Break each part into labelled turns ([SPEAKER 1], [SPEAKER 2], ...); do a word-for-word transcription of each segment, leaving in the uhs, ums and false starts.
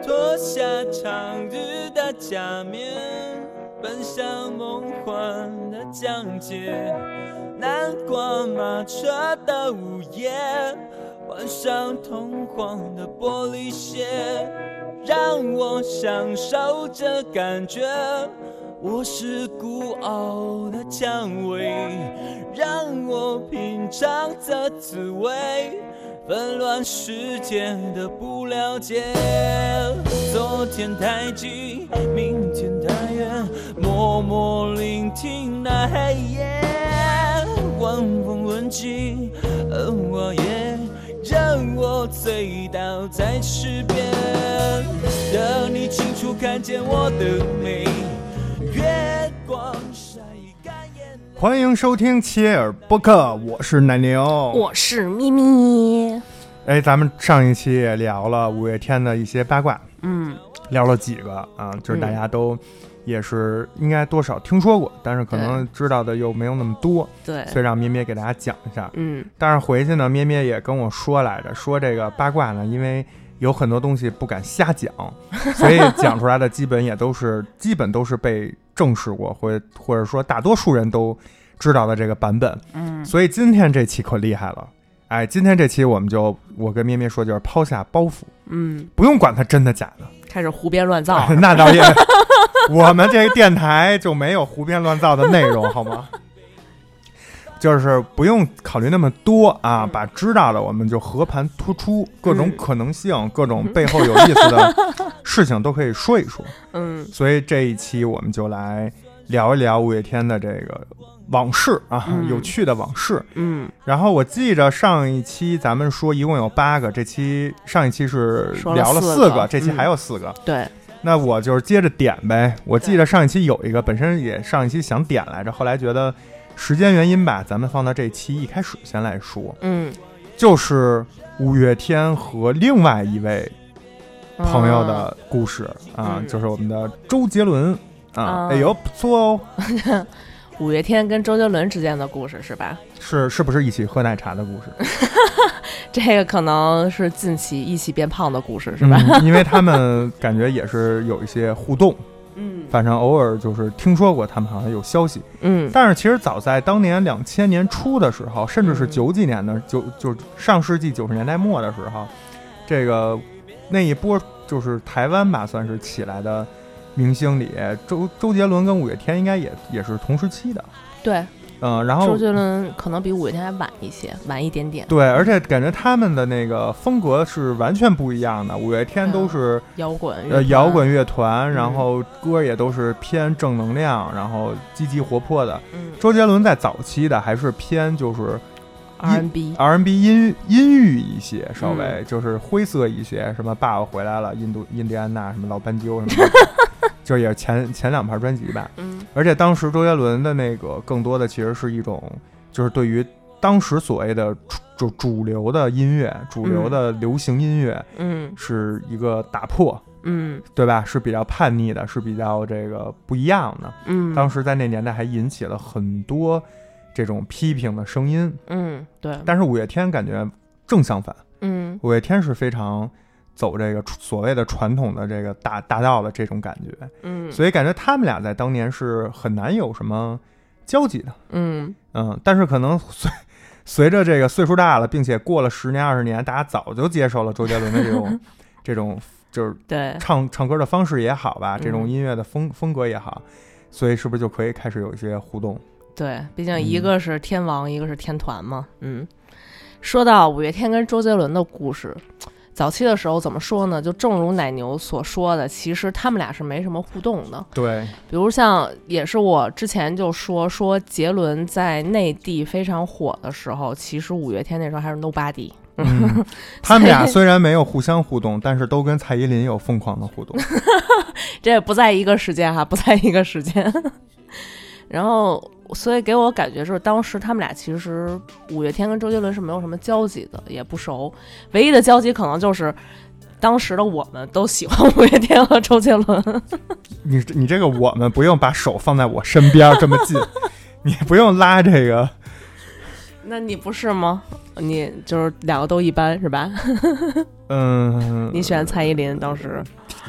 [SPEAKER 1] 脱下长日的假面，奔向梦幻的疆界。南瓜马车的午夜，换上通黄的玻璃鞋，让我享受这感觉。我是孤傲的蔷薇，让我品尝这滋味。纷乱世界的不了解，昨天太近，明天太远，默默聆听那黑夜，晚风吻尽，而我也让我醉倒在池边，让你清楚看见我的美，月光晒干眼泪。
[SPEAKER 2] 欢迎收听切尔播客，我是奶牛，
[SPEAKER 3] 我是咪咪。
[SPEAKER 2] 哎，咱们上一期也聊了五月天的一些八卦，
[SPEAKER 3] 嗯，
[SPEAKER 2] 聊了几个啊，就是大家都也是应该多少听说过，嗯、但是可能知道的又没有那么多，
[SPEAKER 3] 对，
[SPEAKER 2] 所以让咩咩给大家讲一下。
[SPEAKER 3] 嗯，
[SPEAKER 2] 但是回去呢，咩咩也跟我说来着，说这个八卦呢，因为有很多东西不敢瞎讲，所以讲出来的基本也都是基本都是被证实过，或或者说大多数人都知道的这个版本。
[SPEAKER 3] 嗯，
[SPEAKER 2] 所以今天这期可厉害了。哎，今天这期我们就我跟咩咩说，就是抛下包袱，
[SPEAKER 3] 嗯，
[SPEAKER 2] 不用管它真的假的，
[SPEAKER 3] 开始胡编乱造。
[SPEAKER 2] 哎、那倒也，我们这个电台就没有胡编乱造的内容，好吗？就是不用考虑那么多啊，
[SPEAKER 3] 嗯、
[SPEAKER 2] 把知道的我们就和盘突出，各种可能性、嗯、各种背后有意思的事情都可以说一说。
[SPEAKER 3] 嗯，
[SPEAKER 2] 所以这一期我们就来聊一聊五月天的这个往事啊、嗯，有趣的往事。
[SPEAKER 3] 嗯，
[SPEAKER 2] 然后我记着上一期咱们说一共有八个，这期上一期是聊了四个，
[SPEAKER 3] 个
[SPEAKER 2] 这期还有四个。
[SPEAKER 3] 嗯、对，
[SPEAKER 2] 那我就是接着点呗。我记得上一期有一个，本身也上一期想点来着，后来觉得时间原因吧，咱们放到这期一开始先来说。
[SPEAKER 3] 嗯，
[SPEAKER 2] 就是五月天和另外一位朋友的故事、嗯、啊、嗯，就是我们的周杰伦啊、嗯，哎呦不错哦。
[SPEAKER 3] 五月天跟周杰伦之间的故事是吧？
[SPEAKER 2] 是是不是一起喝奶茶的故事？
[SPEAKER 3] 这个可能是近期一起变胖的故事是吧、
[SPEAKER 2] 嗯？因为他们感觉也是有一些互动，
[SPEAKER 3] 嗯，
[SPEAKER 2] 反正偶尔就是听说过他们好像有消息，
[SPEAKER 3] 嗯，
[SPEAKER 2] 但是其实早在当年两千年初的时候，甚至是九几年的九、嗯、就上世纪九十年代末的时候，这个那一波就是台湾吧算是起来的。明星里，周周杰伦跟五月天应该也也是同时期的，
[SPEAKER 3] 对，
[SPEAKER 2] 嗯、呃，然后
[SPEAKER 3] 周杰伦可能比五月天还晚一些，晚一点点，
[SPEAKER 2] 对，而且感觉他们的那个风格是完全不一样的。五月天都是、
[SPEAKER 3] 嗯、摇滚，
[SPEAKER 2] 呃，摇滚乐团，然后歌也都是偏正能量，然后积极活泼的。
[SPEAKER 3] 嗯，
[SPEAKER 2] 周杰伦在早期的还是偏就是。
[SPEAKER 3] R and B，R
[SPEAKER 2] and B 阴阴郁一些，稍微、
[SPEAKER 3] 嗯、
[SPEAKER 2] 就是灰色一些，什么爸爸回来了，印度印第安纳，什么老斑鸠什么的，就也是前前两盘专辑吧。
[SPEAKER 3] 嗯，
[SPEAKER 2] 而且当时周杰伦的那个更多的其实是一种，就是对于当时所谓的主主流的音乐，主流的流行音乐，
[SPEAKER 3] 嗯，
[SPEAKER 2] 是一个打破，
[SPEAKER 3] 嗯，
[SPEAKER 2] 对吧？是比较叛逆的，是比较这个不一样的。
[SPEAKER 3] 嗯，
[SPEAKER 2] 当时在那年代还引起了很多。这种批评的声音，
[SPEAKER 3] 嗯，对，
[SPEAKER 2] 但是五月天感觉正相反，
[SPEAKER 3] 嗯，
[SPEAKER 2] 五月天是非常走这个所谓的传统的这个大大道的这种感觉，
[SPEAKER 3] 嗯，
[SPEAKER 2] 所以感觉他们俩在当年是很难有什么交集的，
[SPEAKER 3] 嗯
[SPEAKER 2] 嗯，但是可能随随着这个岁数大了，并且过了十年二十年，大家早就接受了周杰伦的这种这种就是
[SPEAKER 3] 对
[SPEAKER 2] 唱唱歌的方式也好吧，
[SPEAKER 3] 嗯、
[SPEAKER 2] 这种音乐的风风格也好，所以是不是就可以开始有一些互动？
[SPEAKER 3] 对，毕竟一个是天王、嗯、一个是天团嘛。嗯，说到五月天跟周杰伦的故事，早期的时候怎么说呢？就正如奶牛所说的，其实他们俩是没什么互动的。
[SPEAKER 2] 对，
[SPEAKER 3] 比如像也是我之前就说说杰伦在内地非常火的时候，其实五月天那时候还是 nobody。
[SPEAKER 2] 嗯，他们俩虽然没有互相互动，但是都跟蔡依林有疯狂的互动。
[SPEAKER 3] 这也不在一个时间哈，不在一个时间。然后所以给我感觉就是当时他们俩其实五月天跟周杰伦是没有什么交集的，也不熟，唯一的交集可能就是当时的我们都喜欢五月天和周杰伦。
[SPEAKER 2] 你你这个我们不用把手放在我身边这么近，你不用拉这个。
[SPEAKER 3] 那你不是吗？你就是两个都一般是吧？
[SPEAKER 2] 嗯，
[SPEAKER 3] 你选蔡依林当时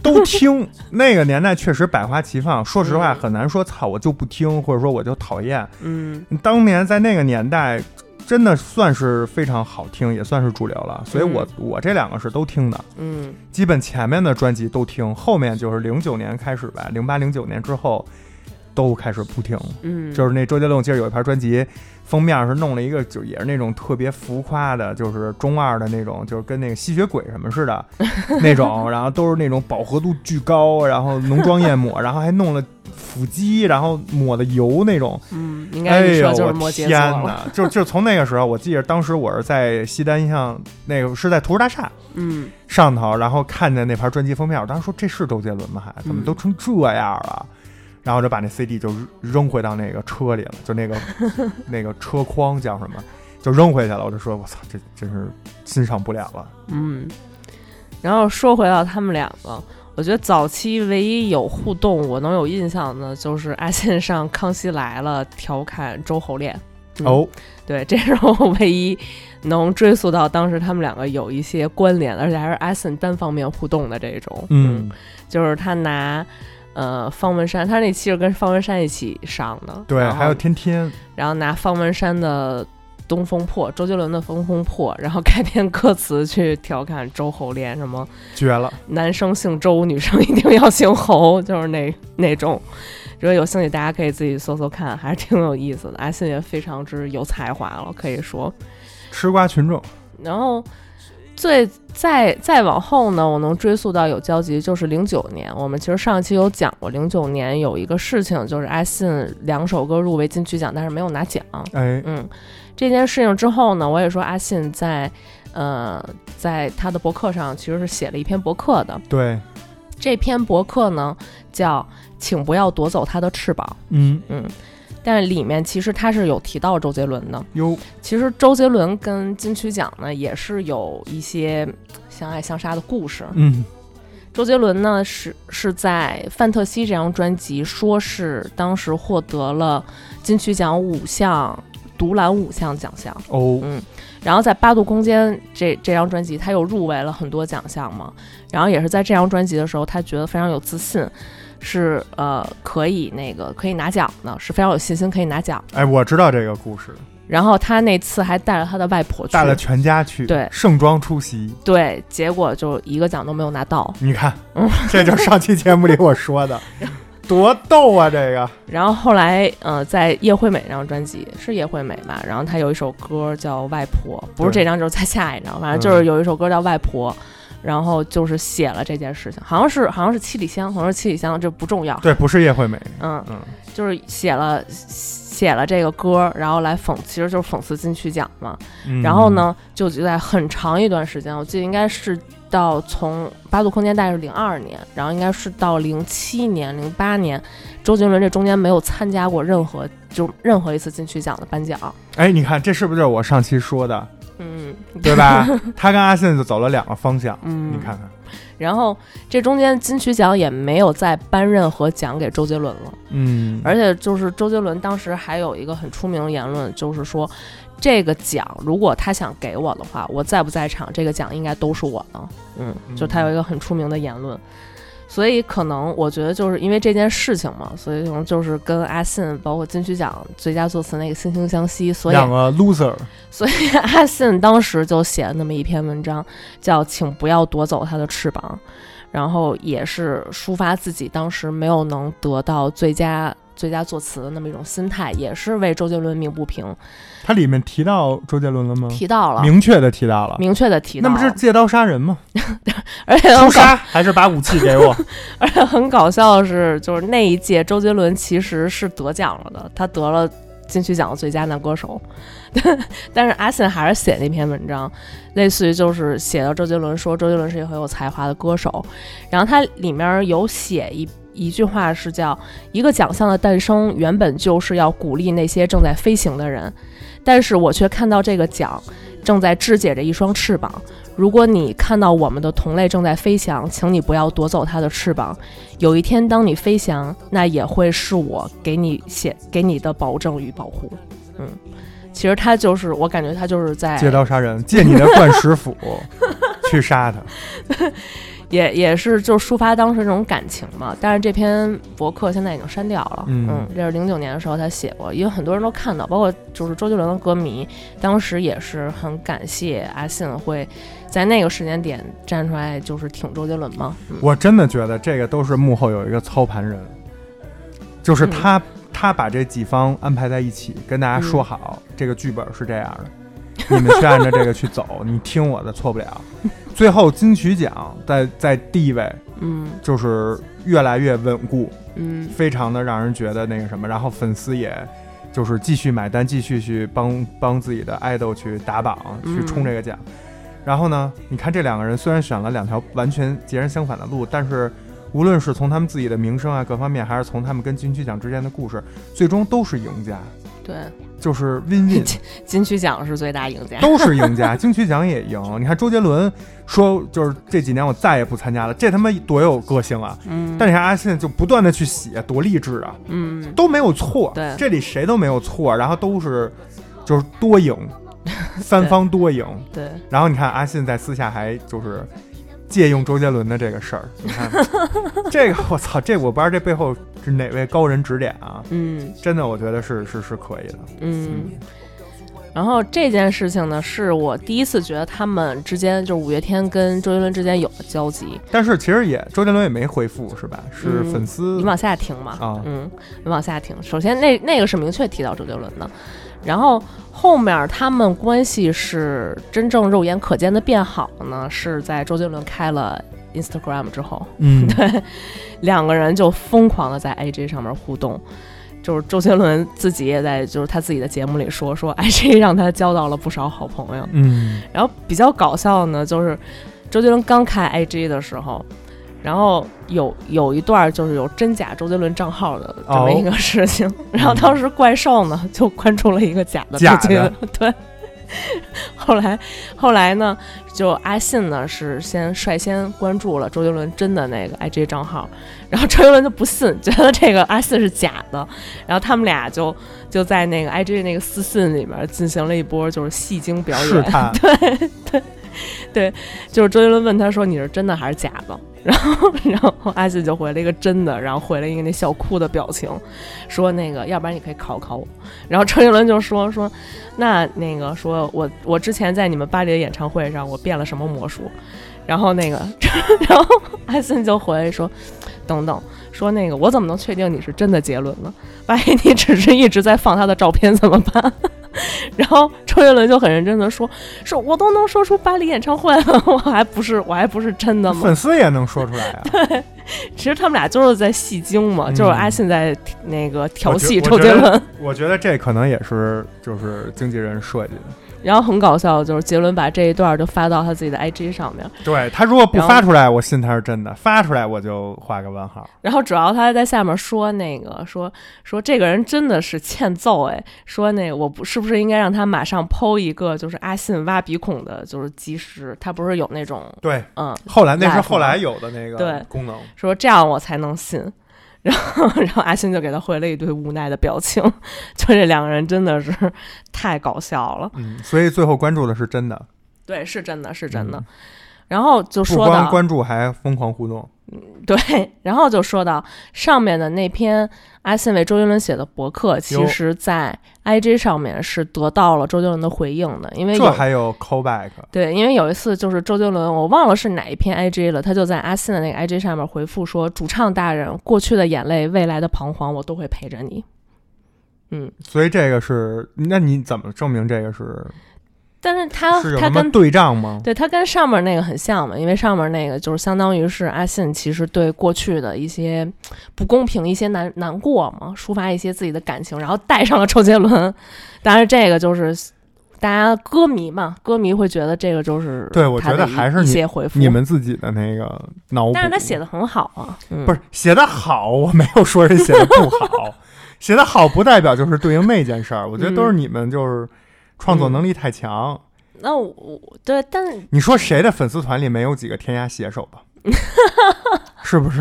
[SPEAKER 2] 都听。那个年代确实百花齐放，说实话很难说操我就不听，或者说我就讨厌。
[SPEAKER 3] 嗯，
[SPEAKER 2] 当年在那个年代真的算是非常好听，也算是主流了，所以我、嗯、我这两个是都听的。
[SPEAKER 3] 嗯，
[SPEAKER 2] 基本前面的专辑都听，后面就是零九年开始吧，零八零九年之后都开始不听。
[SPEAKER 3] 嗯，
[SPEAKER 2] 就是那周杰伦，我记得有一盘专辑封面是弄了一个，就也是那种特别浮夸的，就是中二的那种，就是跟那个吸血鬼什么似的那种，然后都是那种饱和度巨高，然后浓妆艳抹，然后还弄了腹肌，然后抹的油那种。
[SPEAKER 3] 嗯，应该你说就是摩羯座了。
[SPEAKER 2] 哎呦我天哪！就就从那个时候，我记得当时我是在西单像那个是在图书大厦，
[SPEAKER 3] 嗯，
[SPEAKER 2] 上头，然后看见那盘专辑封面，我当时说这是周杰伦吗？还怎么都成这样了？然后就把那 C D 就扔回到那个车里了，就那个那个车筐叫什么，就扔回去了。我就说我操，这真是欣赏不了了。
[SPEAKER 3] 嗯，然后说回到他们两个，我觉得早期唯一有互动我能有印象的，就是阿信上《康熙来了》调侃周侯练。嗯、
[SPEAKER 2] 哦，
[SPEAKER 3] 对，这是我唯一能追溯到当时他们两个有一些关联，而且还是阿信单方面互动的这种。
[SPEAKER 2] 嗯，
[SPEAKER 3] 嗯就是他拿。呃，方文山，他那期是跟方文山一起上的，
[SPEAKER 2] 对，还有天天，
[SPEAKER 3] 然后拿方文山的《东风破》，周杰伦的《东风破》，然后改编歌词去调侃周侯练，什么
[SPEAKER 2] 绝了，
[SPEAKER 3] 男生姓周，女生一定要姓侯，就是那那种。如果有兴趣，大家可以自己搜搜看，还是挺有意思的。阿信也非常之有才华了，可以说
[SPEAKER 2] 吃瓜群众。
[SPEAKER 3] 然后。最再再往后呢，我能追溯到有交集，就是零九年。我们其实上一期有讲过，零九年有一个事情，就是阿信两首歌入围金曲奖，但是没有拿奖。
[SPEAKER 2] 哎，
[SPEAKER 3] 嗯，这件事情之后呢，我也说阿信在呃在他的博客上其实是写了一篇博客的。
[SPEAKER 2] 对，
[SPEAKER 3] 这篇博客呢叫“请不要夺走他的翅膀”。
[SPEAKER 2] 嗯
[SPEAKER 3] 嗯。但是里面其实他是有提到周杰伦的
[SPEAKER 2] 哟。
[SPEAKER 3] 其实周杰伦跟金曲奖呢也是有一些相爱相杀的故事。
[SPEAKER 2] 嗯，
[SPEAKER 3] 周杰伦呢是是在《范特西》这张专辑，说是当时获得了金曲奖五项独揽五项奖项。
[SPEAKER 2] 哦，
[SPEAKER 3] 嗯，然后在《八度空间》这这张专辑，他又入围了很多奖项嘛。然后也是在这张专辑的时候，他觉得非常有自信。是呃可以那个可以拿奖的，是非常有信心可以拿奖。
[SPEAKER 2] 哎，我知道这个故事。
[SPEAKER 3] 然后他那次还带了他的外婆去，
[SPEAKER 2] 带了全家去，
[SPEAKER 3] 对，
[SPEAKER 2] 盛装出席。
[SPEAKER 3] 对，结果就一个奖都没有拿到。
[SPEAKER 2] 你看，嗯，这就是上期节目里我说的，多逗啊这个。
[SPEAKER 3] 然后后来呃，在叶惠美这张专辑是叶惠美吧，然后他有一首歌叫《外婆》，不是这张就是在下一张，反正就是有一首歌叫《外婆》。嗯，然后就是写了这件事情，好像是好像是七里香，好像是七里香，这不重要。
[SPEAKER 2] 对，不是叶惠美。
[SPEAKER 3] 嗯嗯，就是写了写了这个歌，然后来讽，其实就是讽刺金曲奖嘛。嗯、然后呢，就就在很长一段时间，我记得应该是到从八度空间大概是零二年，然后应该是到零七年、零八年，周杰伦这中间没有参加过任何就任何一次金曲奖的颁奖。
[SPEAKER 2] 哎，你看这是不是就是我上期说的？
[SPEAKER 3] 嗯，
[SPEAKER 2] 对吧？他跟阿信就走了两个方向，
[SPEAKER 3] 嗯，
[SPEAKER 2] 你看看。
[SPEAKER 3] 然后这中间金曲奖也没有再颁任何奖给周杰伦了，
[SPEAKER 2] 嗯，
[SPEAKER 3] 而且就是周杰伦当时还有一个很出名的言论，就是说这个奖如果他想给我的话，我在不在场，这个奖应该都是我的，嗯，就他有一个很出名的言论。所以可能我觉得就是因为这件事情嘛，所以可能就是跟阿信包括金曲奖最佳作词那个惺惺相惜，所以
[SPEAKER 2] 两个 loser，
[SPEAKER 3] 所以阿信当时就写了那么一篇文章，叫请不要夺走他的翅膀，然后也是抒发自己当时没有能得到最佳最佳作词的那么一种心态，也是为周杰伦鸣不平。
[SPEAKER 2] 他里面提到周杰伦了吗？
[SPEAKER 3] 提到了，
[SPEAKER 2] 明确的提到了，
[SPEAKER 3] 明确的提到了。
[SPEAKER 2] 那不是借刀杀人吗？
[SPEAKER 3] 而且
[SPEAKER 2] 出杀还是把武器给我？
[SPEAKER 3] 而且很搞笑的是，就是那一届周杰伦其实是得奖了的，他得了金曲奖的最佳男歌手。但是阿信还是写那篇文章，类似于就是写到周杰伦说周杰伦是一个很有才华的歌手，然后他里面有写一一句话是叫一个奖项的诞生原本就是要鼓励那些正在飞行的人，但是我却看到这个奖正在肢解着一双翅膀，如果你看到我们的同类正在飞翔，请你不要夺走它的翅膀，有一天当你飞翔，那也会是我给你写给你的保证与保护。嗯，其实他就是我感觉他就是在
[SPEAKER 2] 借刀杀人，借你的灌石斧去杀他。
[SPEAKER 3] 也也是就抒发当时这种感情嘛。但是这篇博客现在已经删掉了，
[SPEAKER 2] 嗯，
[SPEAKER 3] 嗯这是零九年的时候他写过，因为很多人都看到，包括就是周杰伦的歌迷，当时也是很感谢阿信会在那个时间点站出来，就是挺周杰伦嘛。嗯、
[SPEAKER 2] 我真的觉得这个都是幕后有一个操盘人，就是他、嗯、他把这几方安排在一起，跟大家说好、嗯、这个剧本是这样的，你们去按照这个去走，你听我的，错不了。最后金曲奖在在第一位，
[SPEAKER 3] 嗯，
[SPEAKER 2] 就是越来越稳固，
[SPEAKER 3] 嗯，
[SPEAKER 2] 非常的让人觉得那个什么，然后粉丝也就是继续买单，继续去帮帮自己的爱豆去打榜，去冲这个奖。嗯、然后呢，你看这两个人虽然选了两条完全截然相反的路，但是无论是从他们自己的名声啊各方面，还是从他们跟金曲奖之间的故事，最终都是赢家。
[SPEAKER 3] 对，
[SPEAKER 2] 就是win win，
[SPEAKER 3] 金曲奖是最大赢家，
[SPEAKER 2] 都是赢家，金曲奖也赢。你看周杰伦说，就是这几年我再也不参加了，这他妈多有个性啊！
[SPEAKER 3] 嗯，
[SPEAKER 2] 但是阿信就不断的去写，多励志啊！
[SPEAKER 3] 嗯，
[SPEAKER 2] 都没有错，
[SPEAKER 3] 对，
[SPEAKER 2] 这里谁都没有错，然后都是就是多赢，三方多赢。
[SPEAKER 3] 对，
[SPEAKER 2] 然后你看阿信在私下还就是借用周杰伦的这个事儿，你看这个我操，这我不知道这背后是哪位高人指点啊？
[SPEAKER 3] 嗯，
[SPEAKER 2] 真的我觉得是是是可以的。
[SPEAKER 3] 嗯，然后这件事情呢，是我第一次觉得他们之间就是五月天跟周杰伦之间有了交集。
[SPEAKER 2] 但是其实也周杰伦也没回复是吧？是粉丝、
[SPEAKER 3] 嗯、你往下听嘛？
[SPEAKER 2] 啊，
[SPEAKER 3] 嗯，你往下听。首先那那个是明确提到周杰伦的，然后后面他们关系是真正肉眼可见的变好呢，是在周杰伦开了 Instagram 之后，
[SPEAKER 2] 嗯，
[SPEAKER 3] 对，两个人就疯狂的在 I G 上面互动。就是周杰伦自己也在就是他自己的节目里说说 I G 让他交到了不少好朋友。
[SPEAKER 2] 嗯，
[SPEAKER 3] 然后比较搞笑的呢，就是周杰伦刚开 I G 的时候，然后有有一段就是有真假周杰伦账号的这么一个事情、哦、然后当时怪兽呢就关注了一个假的周杰伦，对。后来后来呢就阿信呢是先率先关注了周杰伦真的那个 I G 账号，然后周杰伦就不信，觉得这个阿信是假的，然后他们俩就就在那个 I G 那个私信里面进行了一波就是戏精表演，对对对，就是周杰伦问他说你是真的还是假的，然后然后阿信就回了一个真的，然后回了一个那笑哭的表情，说那个要不然你可以考考我，然后周杰伦就说说那那个说我我之前在你们巴黎的演唱会上我变了什么魔术，然后那个然后阿信就回说等等，说那个我怎么能确定你是真的杰伦呢？万一你只是一直在放他的照片怎么办？然后周杰伦就很认真的说说我都能说出巴黎演唱会了，我还不是我还不是真的吗？
[SPEAKER 2] 粉丝也能说出来啊。
[SPEAKER 3] 对，其实他们俩就是在戏精嘛、嗯、就是阿信在那个调戏
[SPEAKER 2] 周
[SPEAKER 3] 杰伦。
[SPEAKER 2] 我觉得这可能也是就是经纪人设计的。
[SPEAKER 3] 然后很搞笑，就是杰伦把这一段就发到他自己的 I G 上面。
[SPEAKER 2] 对，他如果不发出来我信他是真的，发出来我就画个问号。
[SPEAKER 3] 然后主要他在下面说那个说说这个人真的是欠揍哎，说那个我不是不是应该让他马上 po 一个就是阿信挖鼻孔的就是即时，他不是有那种
[SPEAKER 2] 对
[SPEAKER 3] 嗯，
[SPEAKER 2] 后来那是后来有的那个
[SPEAKER 3] 对
[SPEAKER 2] 功能，
[SPEAKER 3] 说这样我才能信。然后，然后阿信就给他回了一堆无奈的表情，就这两个人真的是太搞笑了。
[SPEAKER 2] 嗯，所以最后关注的是真的，
[SPEAKER 3] 对，是真的，是真的。嗯、然后就说到
[SPEAKER 2] 不光关注，还疯狂互动。
[SPEAKER 3] 嗯，对。然后就说到上面的那篇阿信为周杰伦写的博客，其实在 I G 上面是得到了周杰伦的回应的，因为
[SPEAKER 2] 这还有 callback。
[SPEAKER 3] 对，因为有一次就是周杰伦，我忘了是哪一篇 I G 了，他就在阿信的那个 I G 上面回复说：“主唱大人，过去的眼泪，未来的彷徨，我都会陪着你。”嗯，
[SPEAKER 2] 所以这个是，那你怎么证明这个是？
[SPEAKER 3] 但是他
[SPEAKER 2] 是有
[SPEAKER 3] 他跟
[SPEAKER 2] 对仗吗？
[SPEAKER 3] 对，他跟上面那个很像嘛，因为上面那个就是相当于是阿信其实对过去的一些不公平、一些难难过嘛，抒发一些自己的感情，然后带上了周杰伦。当然，这个就是大家歌迷嘛，歌迷会觉得这个就是
[SPEAKER 2] 对，我觉得还是
[SPEAKER 3] 一些回复
[SPEAKER 2] 你们自己的那个脑补。
[SPEAKER 3] 但是他写的很好啊，嗯、
[SPEAKER 2] 不是写的好，我没有说是写的不好，写的好不代表就是对应那件事儿。我觉得都是你们就是创作能力太强。
[SPEAKER 3] 嗯那我对，但
[SPEAKER 2] 你说谁的粉丝团里没有几个天涯写手吧？是不是？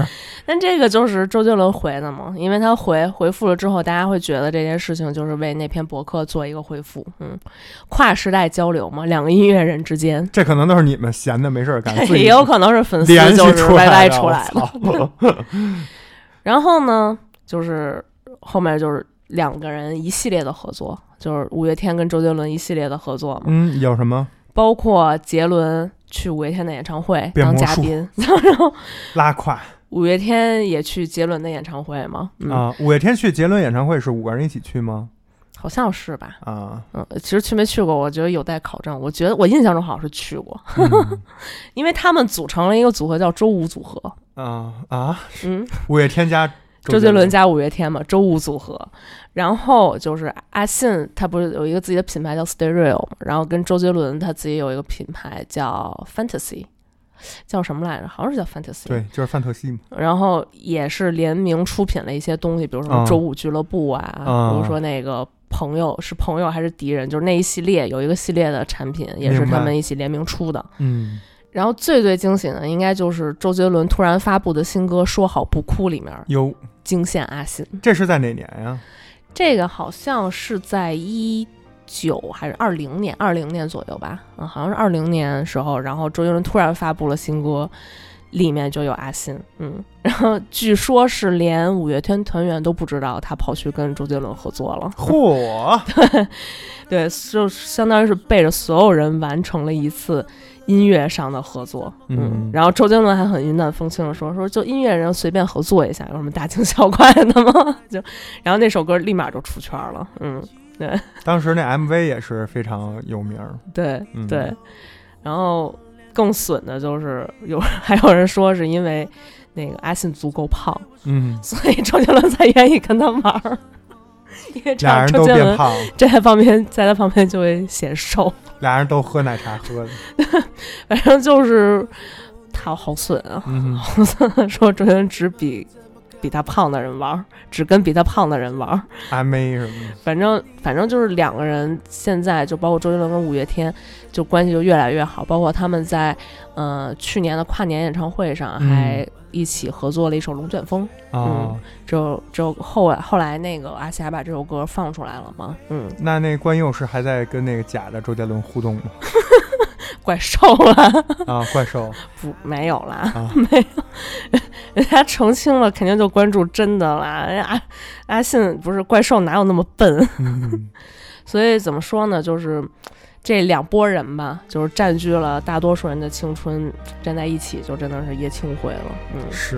[SPEAKER 3] 但这个就是周杰伦回的嘛，因为他回回复了之后，大家会觉得这件事情就是为那篇博客做一个回复，嗯，跨时代交流嘛，两个音乐人之间，
[SPEAKER 2] 这可能都是你们闲的没事干，
[SPEAKER 3] 也有可能是粉丝就是歪歪出来的。然后呢，就是后面就是两个人一系列的合作，就是五月天跟周杰伦一系列的合作嘛。
[SPEAKER 2] 嗯，有什么？
[SPEAKER 3] 包括杰伦去五月天的演唱会当嘉宾，然后
[SPEAKER 2] 拉胯。
[SPEAKER 3] 五月天也去杰伦的演唱会吗？嗯、
[SPEAKER 2] 啊，五月天去杰伦演唱会是五个人一起去吗？
[SPEAKER 3] 好像是吧。
[SPEAKER 2] 啊，
[SPEAKER 3] 嗯，其实去没去过，我觉得有待考证。我觉得我印象中好像是去过，嗯、因为他们组成了一个组合叫周五组合。
[SPEAKER 2] 啊啊，
[SPEAKER 3] 嗯，
[SPEAKER 2] 五月天加
[SPEAKER 3] 周杰伦加五月天嘛，周五组合。然后就是阿信，他不是有一个自己的品牌叫 Stereo 嘛，然后跟周杰伦他自己有一个品牌叫 Fantasy， 叫什么来着？好像是叫 Fantasy。
[SPEAKER 2] 对，就是范特西嘛。
[SPEAKER 3] 然后也是联名出品了一些东西，比如说周五俱乐部啊，
[SPEAKER 2] 嗯、
[SPEAKER 3] 比如说那个朋友是朋友还是敌人，就是那一系列有一个系列的产品，也是他们一起联名出的。
[SPEAKER 2] 嗯。
[SPEAKER 3] 然后最最惊喜的应该就是周杰伦突然发布的新歌《说好不哭》里面
[SPEAKER 2] 有
[SPEAKER 3] 惊现阿信。
[SPEAKER 2] 这是在哪年呀？
[SPEAKER 3] 这个好像是在一九还是二零年，二零年左右吧，嗯，好像是二零年时候，然后周杰伦突然发布了新歌，里面就有阿信，嗯，然后据说是连五月天团员都不知道他跑去跟周杰伦合作了，
[SPEAKER 2] 嚯，
[SPEAKER 3] 对对，就相当于是背着所有人完成了一次音乐上的合作，嗯，嗯然后周杰伦还很云淡风轻的说说就音乐人随便合作一下，有什么大惊小怪的吗？就然后那首歌立马就出圈了，嗯，对，
[SPEAKER 2] 当时那 M V 也是非常有名，
[SPEAKER 3] 对、
[SPEAKER 2] 嗯、
[SPEAKER 3] 对，然后更损的就是有还有人说是因为那个阿信足够胖，
[SPEAKER 2] 嗯，
[SPEAKER 3] 所以周杰伦才愿意跟他玩。因为这样
[SPEAKER 2] 周杰伦
[SPEAKER 3] 在他旁边，在他旁边就会显瘦。
[SPEAKER 2] 俩人都喝奶茶喝的，
[SPEAKER 3] 反正就是他好损啊！
[SPEAKER 2] 嗯、
[SPEAKER 3] 好损，说周杰伦只比比他胖的人玩，只跟比他胖的人玩。
[SPEAKER 2] 阿妹什么？
[SPEAKER 3] 反正反正就是两个人现在就包括周杰伦跟五月天，就关系就越来越好。包括他们在呃去年的跨年演唱会上还一起合作了一首《龙卷风》。
[SPEAKER 2] 哦、
[SPEAKER 3] 嗯，就就后来后来那个阿霞把这首歌放出来了嘛。嗯，
[SPEAKER 2] 那那关佑是还在跟那个假的周杰伦互动吗？
[SPEAKER 3] 怪兽了
[SPEAKER 2] 啊，怪兽
[SPEAKER 3] 不没有啦，
[SPEAKER 2] 啊、
[SPEAKER 3] 没有，人家澄清了，肯定就关注真的啦。人家阿阿信不是怪兽，哪有那么笨？
[SPEAKER 2] 嗯、
[SPEAKER 3] 所以怎么说呢？就是这两拨人吧，就是占据了大多数人的青春，站在一起就真的是叶青回了。嗯，
[SPEAKER 2] 是。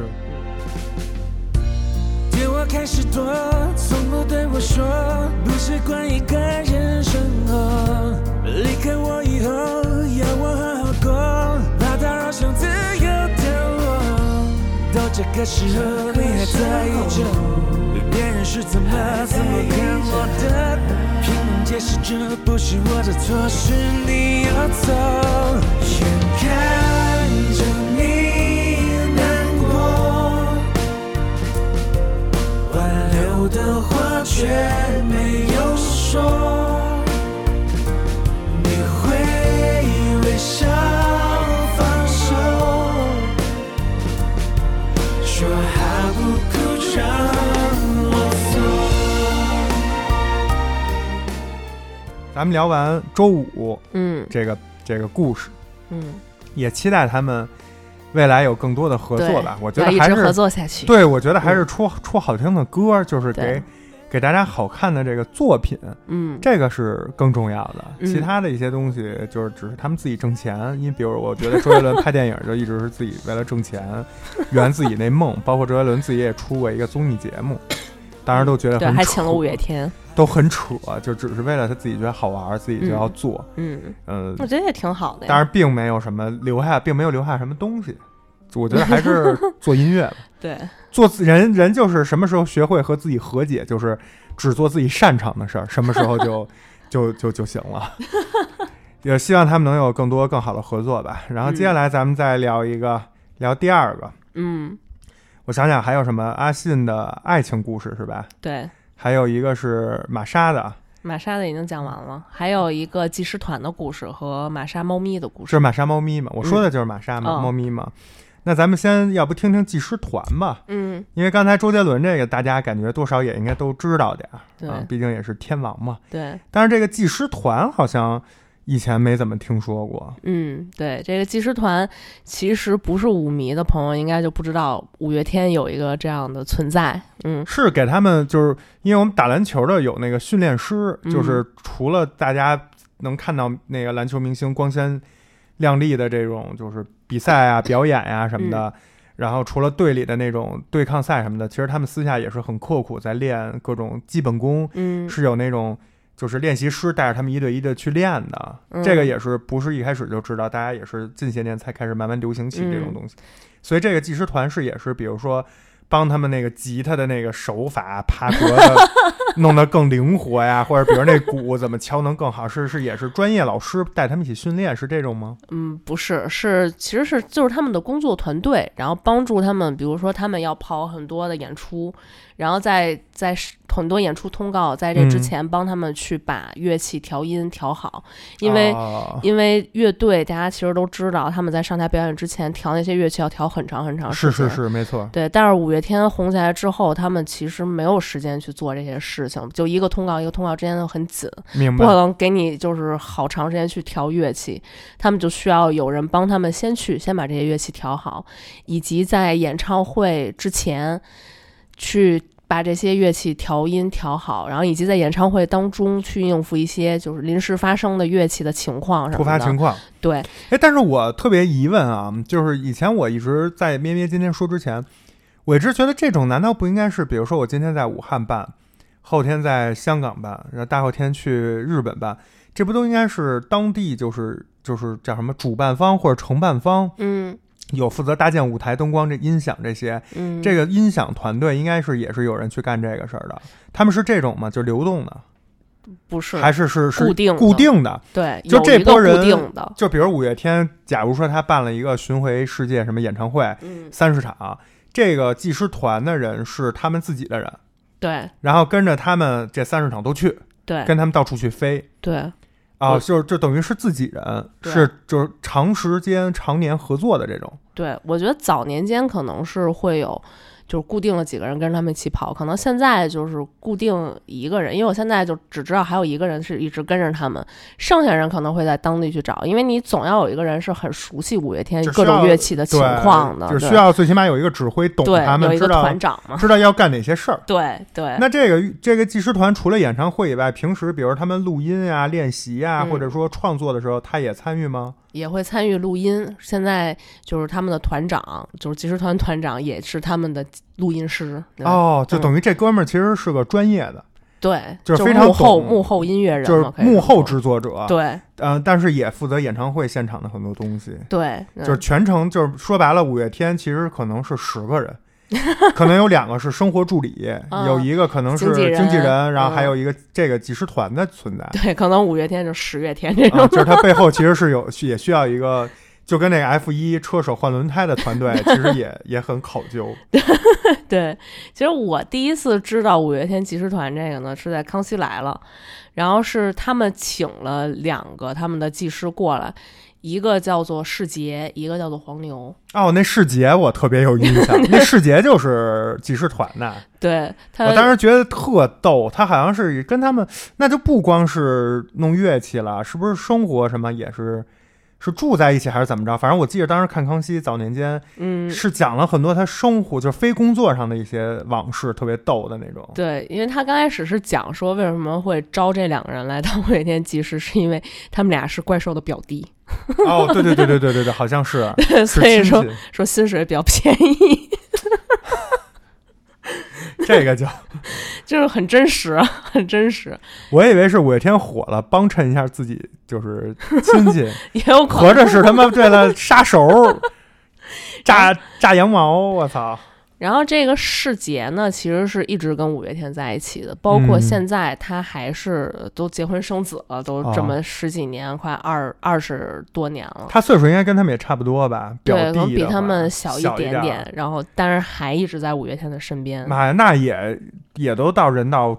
[SPEAKER 1] 电话开始多，从不对我说，不是关一个人生活。离开我以后，要我好好过，怕打扰想自由的我。到这个时候，你还在意着别人是怎么怎么看我的？拼命解释这不是我的错，是你要走。眼看着你难过，挽留的话却没有说，你会微笑放手，说好不哭让我走。
[SPEAKER 2] 咱们聊完周五，
[SPEAKER 3] 嗯，
[SPEAKER 2] 这个这个故事，
[SPEAKER 3] 嗯，
[SPEAKER 2] 也期待他们未来有更多的合作吧。我觉得还是
[SPEAKER 3] 合作下去。
[SPEAKER 2] 对，我觉得还是出、嗯、出好听的歌，就是给给大家好看的这个作品，
[SPEAKER 3] 嗯，
[SPEAKER 2] 这个是更重要的。
[SPEAKER 3] 嗯、
[SPEAKER 2] 其他的一些东西就是只是他们自己挣钱。因为比如我觉得周杰伦拍电影就一直是自己为了挣钱，圆自己那梦。包括周杰伦自己也出过一个综艺节目，当然都觉得很扯，
[SPEAKER 3] 对，还请了五月天。
[SPEAKER 2] 都很扯，就只是为了他自己觉得好玩，自己就要做。
[SPEAKER 3] 嗯
[SPEAKER 2] 嗯、呃，
[SPEAKER 3] 我觉得也挺好的呀。
[SPEAKER 2] 当然，并没有什么留下，并没有留下什么东西。我觉得还是做音乐吧。
[SPEAKER 3] 对，
[SPEAKER 2] 做人人就是什么时候学会和自己和解，就是只做自己擅长的事儿，什么时候就就就就行了。也希望他们能有更多更好的合作吧。然后接下来咱们再聊一个，嗯、聊第二个。
[SPEAKER 3] 嗯，
[SPEAKER 2] 我想想还有什么阿信的爱情故事是吧？
[SPEAKER 3] 对。
[SPEAKER 2] 还有一个是玛莎的，
[SPEAKER 3] 玛莎的已经讲完了，还有一个技师团的故事和玛莎猫咪的故事。
[SPEAKER 2] 是玛莎猫咪嘛？我说的就是玛莎猫、嗯、猫咪嘛。 那咱们先要不听听技师团吧？
[SPEAKER 3] 嗯，
[SPEAKER 2] 因为刚才周杰伦这个大家感觉多少也应该都知道点儿，
[SPEAKER 3] 对、
[SPEAKER 2] 啊，毕竟也是天王嘛。
[SPEAKER 3] 对。
[SPEAKER 2] 但是这个技师团好像以前没怎么听说过。
[SPEAKER 3] 嗯，对，这个技师团其实不是舞迷的朋友应该就不知道五月天有一个这样的存在。嗯，
[SPEAKER 2] 是给他们，就是因为我们打篮球的有那个训练师，
[SPEAKER 3] 嗯、
[SPEAKER 2] 就是除了大家能看到那个篮球明星光鲜亮丽的这种就是比赛啊表演呀、啊、什么的、嗯、然后除了队里的那种对抗赛什么的，其实他们私下也是很刻苦在练各种基本功，
[SPEAKER 3] 嗯，
[SPEAKER 2] 是有那种就是练习师带着他们一对一的去练的、嗯、这个也是不是一开始就知道，大家也是近些年才开始慢慢流行起这种东西、嗯、所以这个技师团是也是比如说帮他们那个吉他的那个手法爬格的弄得更灵活呀，或者比如那鼓怎么敲能更好，是是也是专业老师带他们一起训练，是这种吗？
[SPEAKER 3] 嗯，不是，是其实是就是他们的工作团队，然后帮助他们，比如说他们要跑很多的演出，然后在在很多演出通告在这之前帮他们去把乐器调音调好，因为、
[SPEAKER 2] 啊、
[SPEAKER 3] 因为乐队大家其实都知道他们在上台表演之前调那些乐器要调很长很长时间，
[SPEAKER 2] 是是是没错。
[SPEAKER 3] 对，但是五月天红起来之后，他们其实没有时间去做这些事情，就一个通告一个通告之间都很紧，
[SPEAKER 2] 明白，
[SPEAKER 3] 不可能给你就是好长时间去调乐器，他们就需要有人帮他们先去先把这些乐器调好，以及在演唱会之前去把这些乐器调音调好，然后以及在演唱会当中去应付一些就是临时发生的乐器的情况什么的，
[SPEAKER 2] 突发情况。
[SPEAKER 3] 对，
[SPEAKER 2] 哎，但是我特别疑问啊，就是以前我一直在咩咩今天说之前，我一直觉得这种难道不应该是，比如说我今天在武汉办，后天在香港办，然后大后天去日本办，这不都应该是当地就是就是叫什么主办方或者承办方？
[SPEAKER 3] 嗯。
[SPEAKER 2] 有负责搭建舞台灯光这音响这些、
[SPEAKER 3] 嗯、
[SPEAKER 2] 这个音响团队应该是也是有人去干这个事儿的，他们是这种吗？就流动的？
[SPEAKER 3] 不是，
[SPEAKER 2] 还是是是
[SPEAKER 3] 固定的
[SPEAKER 2] 固定的？
[SPEAKER 3] 对，
[SPEAKER 2] 就这波人
[SPEAKER 3] 固定的，
[SPEAKER 2] 就比如五月天，假如说他办了一个巡回世界什么演唱会，
[SPEAKER 3] 嗯，
[SPEAKER 2] 三十场，这个技师团的人是他们自己的人，
[SPEAKER 3] 对，
[SPEAKER 2] 然后跟着他们这三十场都去，
[SPEAKER 3] 对，
[SPEAKER 2] 跟他们到处去飞，
[SPEAKER 3] 对。
[SPEAKER 2] 啊、呃，就是就等于是自己人，是就是长时间常年合作的这种。
[SPEAKER 3] 对，我觉得早年间可能是会有，就是固定了几个人跟着他们一起跑，可能现在就是固定一个人，因为我现在就只知道还有一个人是一直跟着他们，剩下人可能会在当地去找，因为你总要有一个人是很熟悉五月天各种乐器的情况的，
[SPEAKER 2] 就需要最起码有一个指挥懂他们，
[SPEAKER 3] 有一个团长嘛，
[SPEAKER 2] 知道要干哪些事儿。
[SPEAKER 3] 对对。
[SPEAKER 2] 那这个这个技师团除了演唱会以外，平时比如他们录音啊、练习啊、嗯，或者说创作的时候，他也参与吗？
[SPEAKER 3] 也会参与录音，现在就是他们的团长，就是技师团团长也是他们的录音师。
[SPEAKER 2] 哦，就等于这哥们儿其实是个专业的，嗯、
[SPEAKER 3] 对，
[SPEAKER 2] 就是非常
[SPEAKER 3] 幕后幕后音乐人，
[SPEAKER 2] 就是幕后制作者。
[SPEAKER 3] 对，
[SPEAKER 2] 嗯、呃，但是也负责演唱会现场的很多东西。
[SPEAKER 3] 对，嗯、
[SPEAKER 2] 就是全程就是说白了，五月天其实可能是十个人。可能有两个是生活助理、嗯、有一个可能是经纪人、
[SPEAKER 3] 嗯、
[SPEAKER 2] 然后还有一个这个技师团的存在。
[SPEAKER 3] 对，可能五月天就十月天这种、
[SPEAKER 2] 啊、就是他背后其实是有也需要一个就跟那个 F 一 车手换轮胎的团队其实也也很考究。
[SPEAKER 3] 对，其实我第一次知道五月天技师团这个呢是在康熙来了，然后是他们请了两个他们的技师过来，一个叫做世杰，一个叫做黄牛。
[SPEAKER 2] 哦，那世杰我特别有印象，那世杰就是技师团的。
[SPEAKER 3] 对，他
[SPEAKER 2] 我当时觉得特逗，他好像是跟他们，那就不光是弄乐器了，是不是生活什么也是？是住在一起还是怎么着？反正我记得当时看康熙早年间，
[SPEAKER 3] 嗯，
[SPEAKER 2] 是讲了很多他生活就是非工作上的一些往事，特别逗的那种。
[SPEAKER 3] 对，因为他刚开始是讲说为什么会招这两个人来当五月天技师，是因为他们俩是怪兽的表弟。
[SPEAKER 2] 哦，对对对对对对对，好像是。
[SPEAKER 3] 对，所以说说薪水比较便宜。
[SPEAKER 2] 这个就
[SPEAKER 3] 就是很真实，很真实。
[SPEAKER 2] 我以为是五月天火了，帮衬一下自己，就是亲戚，
[SPEAKER 3] 也有可能
[SPEAKER 2] 合着是他妈为了杀手，炸炸羊毛，我操！
[SPEAKER 3] 然后这个世杰呢，其实是一直跟五月天在一起的，包括现在他还是都结婚生子了，嗯、都这么十几年，哦、快二二十多年了。
[SPEAKER 2] 他岁数应该跟他们也差不多吧？
[SPEAKER 3] 对，
[SPEAKER 2] 表弟
[SPEAKER 3] 可能比他们小一点
[SPEAKER 2] 点。
[SPEAKER 3] 然后，但是还一直在五月天的身边。
[SPEAKER 2] 妈呀，那也也都到人到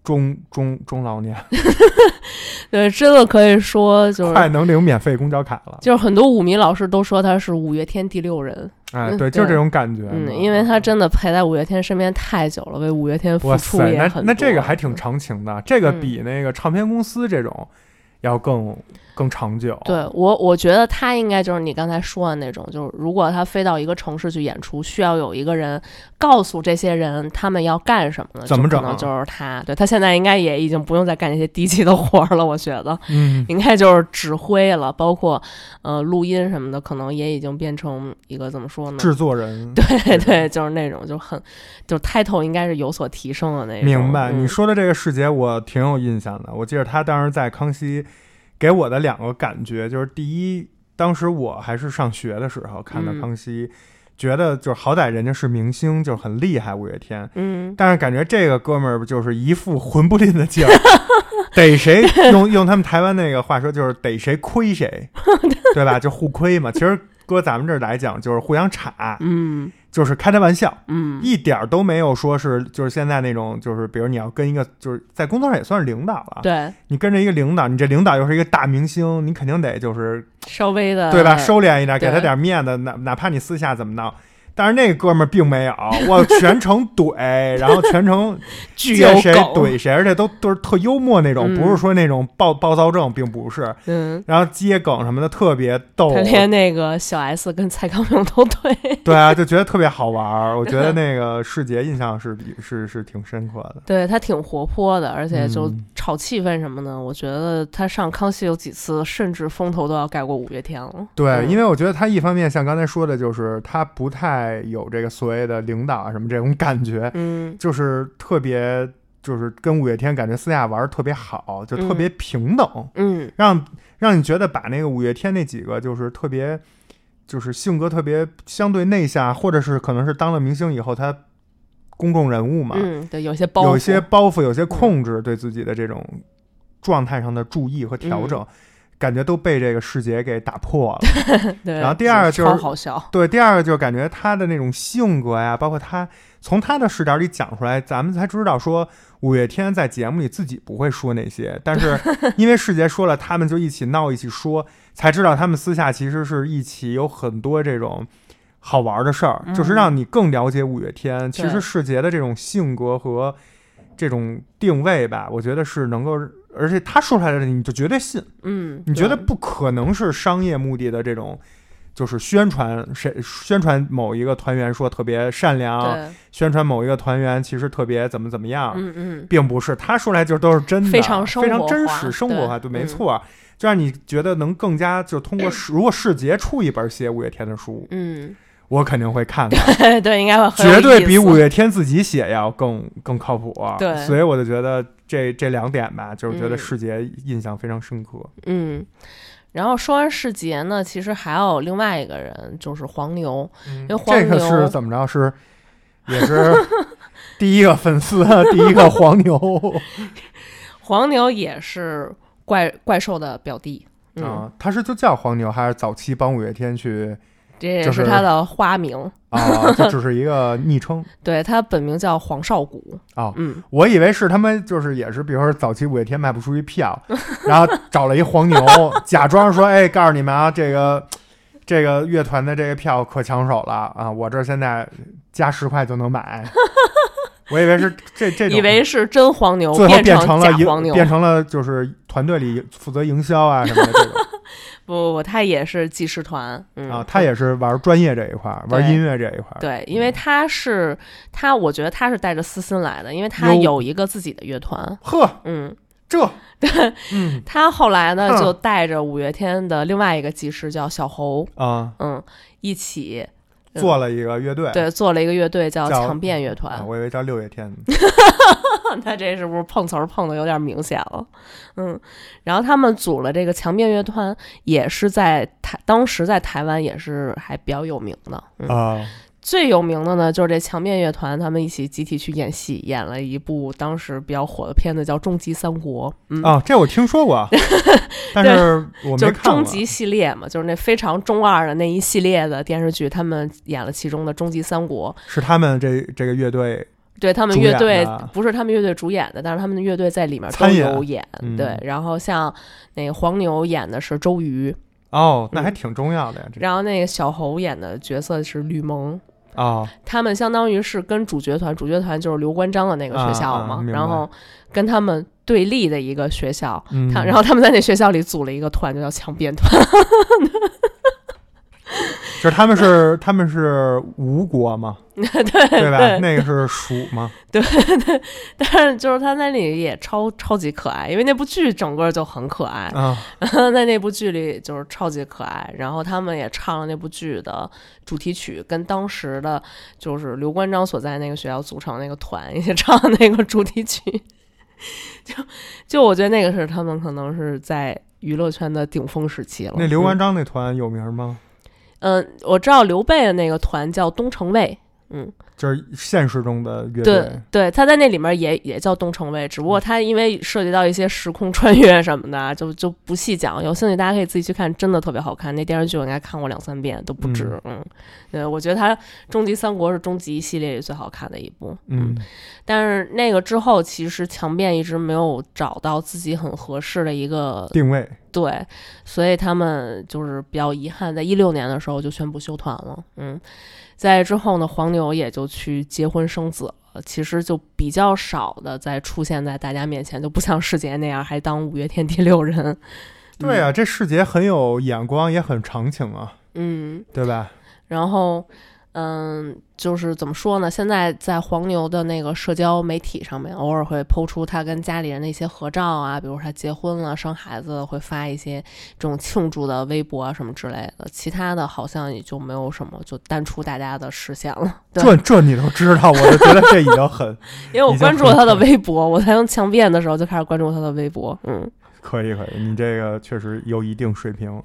[SPEAKER 2] 中中中老年，
[SPEAKER 3] 对，真的可以说就是
[SPEAKER 2] 快能领免费公交卡了。
[SPEAKER 3] 就是很多舞迷老师都说他是五月天第六人。
[SPEAKER 2] 哎，对，就是这种感觉。
[SPEAKER 3] 嗯，因为他真的陪在五月天身边太久了，为五月天付出也很多。
[SPEAKER 2] 那那这个还挺长情的，这个比那个唱片公司这种要更。更长久。
[SPEAKER 3] 对，我我觉得他应该就是你刚才说的那种，就是如果他飞到一个城市去演出，需要有一个人告诉这些人他们要干什么呢？
[SPEAKER 2] 怎么整？
[SPEAKER 3] 可能就是他。对，他现在应该也已经不用再干那些低级的活了，我觉得，
[SPEAKER 2] 嗯，
[SPEAKER 3] 应该就是指挥了，包括呃录音什么的，可能也已经变成一个怎么说呢？
[SPEAKER 2] 制作人。
[SPEAKER 3] 对对，就是那种就很就 title 应该是有所提升的那种。
[SPEAKER 2] 明白、
[SPEAKER 3] 嗯、
[SPEAKER 2] 你说的这个细节我挺有印象的，我记得他当时在康熙。给我的两个感觉就是，第一，当时我还是上学的时候看到康熙，嗯、觉得就是好歹人家是明星，就是很厉害，五月天，
[SPEAKER 3] 嗯，
[SPEAKER 2] 但是感觉这个哥们儿就是一副混不吝的劲儿，逮谁用用他们台湾那个话说就是逮谁亏谁，对吧？就互亏嘛。其实搁咱们这儿来讲，就是互相插，
[SPEAKER 3] 嗯。
[SPEAKER 2] 就是开他玩笑，
[SPEAKER 3] 嗯，
[SPEAKER 2] 一点都没有说是就是现在那种就是比如你要跟一个就是在工作上也算是领导了，
[SPEAKER 3] 对，
[SPEAKER 2] 你跟着一个领导，你这领导又是一个大明星，你肯定得就是
[SPEAKER 3] 稍微的
[SPEAKER 2] 对吧，收敛一点，给他点面子，哪哪怕你私下怎么闹。但是那个哥们儿并没有，我全程怼，然后全程见谁怼谁，而且都都是特幽默那种，
[SPEAKER 3] 嗯、
[SPEAKER 2] 不是说那种暴暴躁症，并不是。
[SPEAKER 3] 嗯，
[SPEAKER 2] 然后接梗什么的特别逗，
[SPEAKER 3] 他连那个小 S 跟蔡康永都对。
[SPEAKER 2] 对啊，就觉得特别好玩。我觉得那个世杰印象是是是挺深刻的。
[SPEAKER 3] 对，他挺活泼的，而且就炒气氛什么的。嗯、我觉得他上康熙有几次，甚至风头都要盖过五月天了。
[SPEAKER 2] 对，
[SPEAKER 3] 嗯、
[SPEAKER 2] 因为我觉得他一方面像刚才说的，就是他不太。有这个所谓的领导啊什么这种感觉，
[SPEAKER 3] 嗯，
[SPEAKER 2] 就是特别，就是跟五月天感觉私下玩特别好，就特别平等，
[SPEAKER 3] 嗯，
[SPEAKER 2] 让让你觉得把那个五月天那几个就是特别，就是性格特别相对内向，或者是可能是当了明星以后他公众人物嘛，
[SPEAKER 3] 嗯，对，有些包袱，
[SPEAKER 2] 有些包袱，有些控制，对自己的这种状态上的注意和调整。嗯，感觉都被这个世杰给打破了。
[SPEAKER 3] 对，
[SPEAKER 2] 然后第二个就是
[SPEAKER 3] 超好笑。
[SPEAKER 2] 对，第二个就是感觉他的那种性格呀，包括他从他的视角里讲出来，咱们才知道说五月天在节目里自己不会说那些，但是因为世杰说了，他们就一起闹一起说，才知道他们私下其实是一起有很多这种好玩的事儿，
[SPEAKER 3] 嗯、
[SPEAKER 2] 就是让你更了解五月天。其实世杰的这种性格和这种定位吧，我觉得是能够。而且他说出来的你就绝对信，
[SPEAKER 3] 嗯，
[SPEAKER 2] 你觉得不可能是商业目的的这种，就是宣传谁宣传某一个团员说特别善良，宣传某一个团员其实特别怎么怎么样，
[SPEAKER 3] 嗯嗯，
[SPEAKER 2] 并不是，他说来就都是真的，
[SPEAKER 3] 非常生活
[SPEAKER 2] 非常真实生活化，对，没错，嗯、就让你觉得能更加就通过如果世杰出一本写五月天的书，
[SPEAKER 3] 嗯。
[SPEAKER 2] 我肯定会看看，
[SPEAKER 3] 对，应该会很
[SPEAKER 2] 绝对比五月天自己写要更更靠谱。
[SPEAKER 3] 对，
[SPEAKER 2] 所以我就觉得这这两点吧，就是觉得世杰印象非常深刻。
[SPEAKER 3] 嗯，然后说完世杰呢，其实还有另外一个人，就是黄牛。
[SPEAKER 2] 嗯、
[SPEAKER 3] 因为黄牛
[SPEAKER 2] 这个是怎么着？是也是第一个粉丝，第一个黄牛。
[SPEAKER 3] 黄牛也是怪怪兽的表弟。嗯、
[SPEAKER 2] 啊，他是就叫黄牛，还是早期帮五月天去？
[SPEAKER 3] 这也是他的花名
[SPEAKER 2] 啊，这只是一个昵称。
[SPEAKER 3] 对，他本名叫黄少谷
[SPEAKER 2] 啊、哦，
[SPEAKER 3] 嗯，
[SPEAKER 2] 我以为是他们就是也是，比如说早期五月天卖不出去票，然后找了一黄牛，假装说，哎，告诉你们啊，这个这个乐团的这个票可抢手了啊，我这现在加十块就能买。我以为是这这种，
[SPEAKER 3] 以为是真黄牛，
[SPEAKER 2] 最后变成了
[SPEAKER 3] 假黄牛，
[SPEAKER 2] 变成了就是团队里负责营销啊什么的这种。
[SPEAKER 3] 不不不，他也是技师团、嗯、
[SPEAKER 2] 啊，他也是玩专业这一块，玩音乐这一块。
[SPEAKER 3] 对，因为他是他，我觉得他是带着私心来的，因为他有一个自己的乐团。
[SPEAKER 2] 呵，
[SPEAKER 3] 嗯，
[SPEAKER 2] 这
[SPEAKER 3] 对，
[SPEAKER 2] 嗯，
[SPEAKER 3] 他后来呢就带着五月天的另外一个技师叫小侯
[SPEAKER 2] 啊，
[SPEAKER 3] 嗯，一起。
[SPEAKER 2] 做了一个乐队、嗯，
[SPEAKER 3] 对，做了一个乐队叫强辩乐团、
[SPEAKER 2] 啊，我以为叫六月天。
[SPEAKER 3] 他这是不是碰瓷儿碰的有点明显了？嗯，然后他们组了这个强辩乐团，也是在台当时在台湾也是还比较有名的、嗯、
[SPEAKER 2] 啊。
[SPEAKER 3] 最有名的呢，就是这强辩乐团，他们一起集体去演戏，演了一部当时比较火的片子，叫《终极三国》。嗯，
[SPEAKER 2] 哦，这我听说过，但是我没看过。
[SPEAKER 3] 就是终极系列嘛，就是那非常中二的那一系列的电视剧，他们演了其中的《终极三国》，
[SPEAKER 2] 是他们这这个乐队
[SPEAKER 3] 对他们乐队不是他们乐队主演的，但是他们的乐队在里面都有演。
[SPEAKER 2] 嗯、
[SPEAKER 3] 对，然后像那个黄牛演的是周瑜。
[SPEAKER 2] 哦，那还挺重要的呀。嗯、
[SPEAKER 3] 然后那个小猴演的角色是吕蒙。
[SPEAKER 2] 哦，
[SPEAKER 3] 他们相当于是跟主角团，主角团就是刘关张的那个学校嘛，
[SPEAKER 2] 啊啊、
[SPEAKER 3] 然后跟他们对立的一个学校，
[SPEAKER 2] 嗯、
[SPEAKER 3] 他然后他们在那学校里组了一个团，就叫强辩团。
[SPEAKER 2] 就是他们是他们是吴国嘛，
[SPEAKER 3] 对
[SPEAKER 2] 对吧？
[SPEAKER 3] 对
[SPEAKER 2] 那个是蜀嘛，
[SPEAKER 3] 对对。但是就是他在那里也超超级可爱，因为那部剧整个就很可爱
[SPEAKER 2] 啊。
[SPEAKER 3] 然后在那部剧里就是超级可爱，然后他们也唱了那部剧的主题曲，跟当时的就是刘关张所在那个学校组成那个团一起唱那个主题曲。就就我觉得那个是他们可能是在娱乐圈的顶峰时期了。
[SPEAKER 2] 那刘关张那团有名吗？
[SPEAKER 3] 嗯，我知道刘备的那个团叫东城卫，嗯，
[SPEAKER 2] 就是现实中的乐队。
[SPEAKER 3] 对对，他在那里面也也叫东城卫，只不过他因为涉及到一些时空穿越什么的，就就不细讲。有兴趣大家可以自己去看，真的特别好看。那电视剧我应该看过两三遍都不止。嗯，对、嗯，我觉得他《终极三国》是终极系列里最好看的一部。嗯，嗯但是那个之后，其实强辩一直没有找到自己很合适的一个
[SPEAKER 2] 定位。
[SPEAKER 3] 对，所以他们就是比较遗憾，在一六年的时候就宣布休团了。嗯，在之后呢，黄牛也就去结婚生子了，其实就比较少的再出现在大家面前，就不像世杰那样还当五月天第六人。
[SPEAKER 2] 对啊，嗯、这世杰很有眼光，也很长情啊。
[SPEAKER 3] 嗯，
[SPEAKER 2] 对吧？
[SPEAKER 3] 然后。嗯，就是怎么说呢？现在在黄牛的那个社交媒体上面，偶尔会po出他跟家里人的一些合照啊，比如他结婚了、生孩子，会发一些这种庆祝的微博啊什么之类的。其他的好像也就没有什么，就淡出大家的视线了。
[SPEAKER 2] 这这你都知道，我就觉得这已经很，
[SPEAKER 3] 因为我关注了他的微博，我才从强辩的时候就开始关注他的微博。嗯，
[SPEAKER 2] 可以可以，你这个确实有一定水平。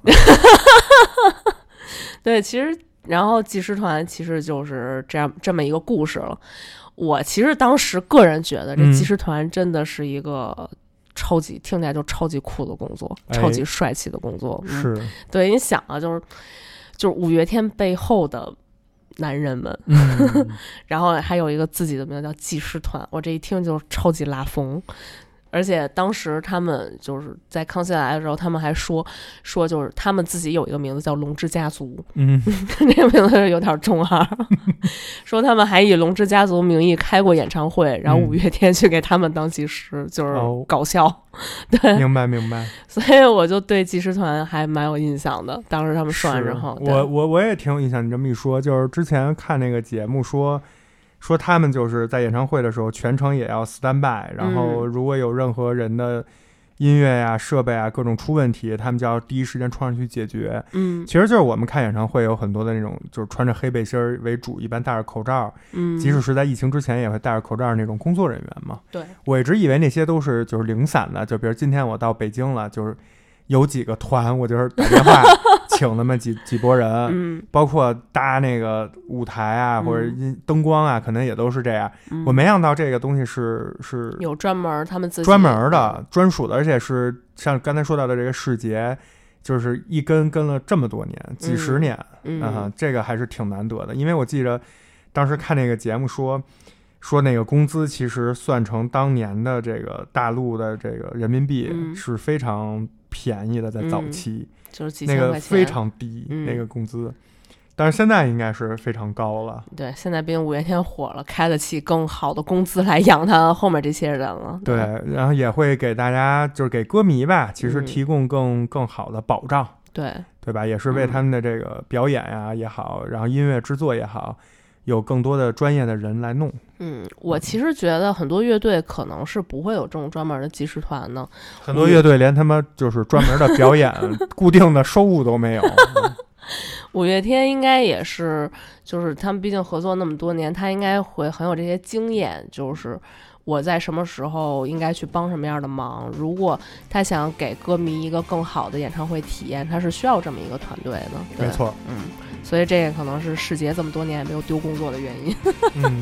[SPEAKER 3] 对，其实。然后技师团其实就是这样这么一个故事了。我其实当时个人觉得这技师团真的是一个超级、嗯、听起来就超级酷的工作，
[SPEAKER 2] 哎、
[SPEAKER 3] 超级帅气的工作。
[SPEAKER 2] 是、
[SPEAKER 3] 嗯，对，你想啊，就是就是五月天背后的男人们，
[SPEAKER 2] 嗯、
[SPEAKER 3] 然后还有一个自己的名字叫技师团，我这一听就超级拉风。而且当时他们就是在康熙来的时候，他们还说说就是他们自己有一个名字叫龙之家族，
[SPEAKER 2] 嗯，
[SPEAKER 3] 这个名字有点中二。说他们还以龙之家族名义开过演唱会，然后五月天去给他们当技师，嗯、就是搞笑。哦、对，
[SPEAKER 2] 明白明白。
[SPEAKER 3] 所以我就对技师团还蛮有印象的。当时他们说完之后，
[SPEAKER 2] 我我我也挺有印象。你这么一说，就是之前看那个节目说。说他们就是在演唱会的时候全程也要 stand by， 然后如果有任何人的音乐呀、设备啊各种出问题，他们就要第一时间冲上去解决。
[SPEAKER 3] 嗯，
[SPEAKER 2] 其实就是我们看演唱会有很多的那种，就是穿着黑背心为主，一般戴着口罩。
[SPEAKER 3] 嗯，
[SPEAKER 2] 即使是在疫情之前也会戴着口罩那种工作人员嘛。
[SPEAKER 3] 对，
[SPEAKER 2] 我一直以为那些都是就是零散的，就比如今天我到北京了，就是有几个团，我就是打电话请那么几几拨人，
[SPEAKER 3] 嗯，
[SPEAKER 2] 包括搭那个舞台啊，
[SPEAKER 3] 嗯、
[SPEAKER 2] 或者音灯光啊，可能也都是这样。
[SPEAKER 3] 嗯、
[SPEAKER 2] 我没想到这个东西是是
[SPEAKER 3] 有专门他们自己
[SPEAKER 2] 专门的专属的，而且是像刚才说到的这个世杰，就是一跟跟了这么多年，几十年，
[SPEAKER 3] 嗯，
[SPEAKER 2] 嗯呃、这个还是挺难得的。因为我记得当时看那个节目说。说那个工资其实算成当年的这个大陆的这个人民币是非常便宜的，在早期、
[SPEAKER 3] 嗯、就是几千块钱，
[SPEAKER 2] 那个非常低、
[SPEAKER 3] 嗯、
[SPEAKER 2] 那个工资，但是现在应该是非常高了。
[SPEAKER 3] 对，现在毕竟五月天火了，开得起更好的工资来养他后面这些人了。
[SPEAKER 2] 对，对然后也会给大家就是给歌迷吧，其实提供更、嗯、更好的保障。
[SPEAKER 3] 对，
[SPEAKER 2] 对吧？也是为他们的这个表演呀、啊、也好、嗯，然后音乐制作也好。有更多的专业的人来弄。
[SPEAKER 3] 嗯，我其实觉得很多乐队可能是不会有这种专门的技师团的。
[SPEAKER 2] 很多乐队连他妈就是专门的表演固定的收入都没有。
[SPEAKER 3] 五月天应该也是，就是他们毕竟合作那么多年，他应该会很有这些经验，就是我在什么时候应该去帮什么样的忙。如果他想给歌迷一个更好的演唱会体验，他是需要这么一个团队的。
[SPEAKER 2] 没错，
[SPEAKER 3] 嗯。所以这个可能是世杰这么多年也没有丢工作的原因。
[SPEAKER 2] 嗯，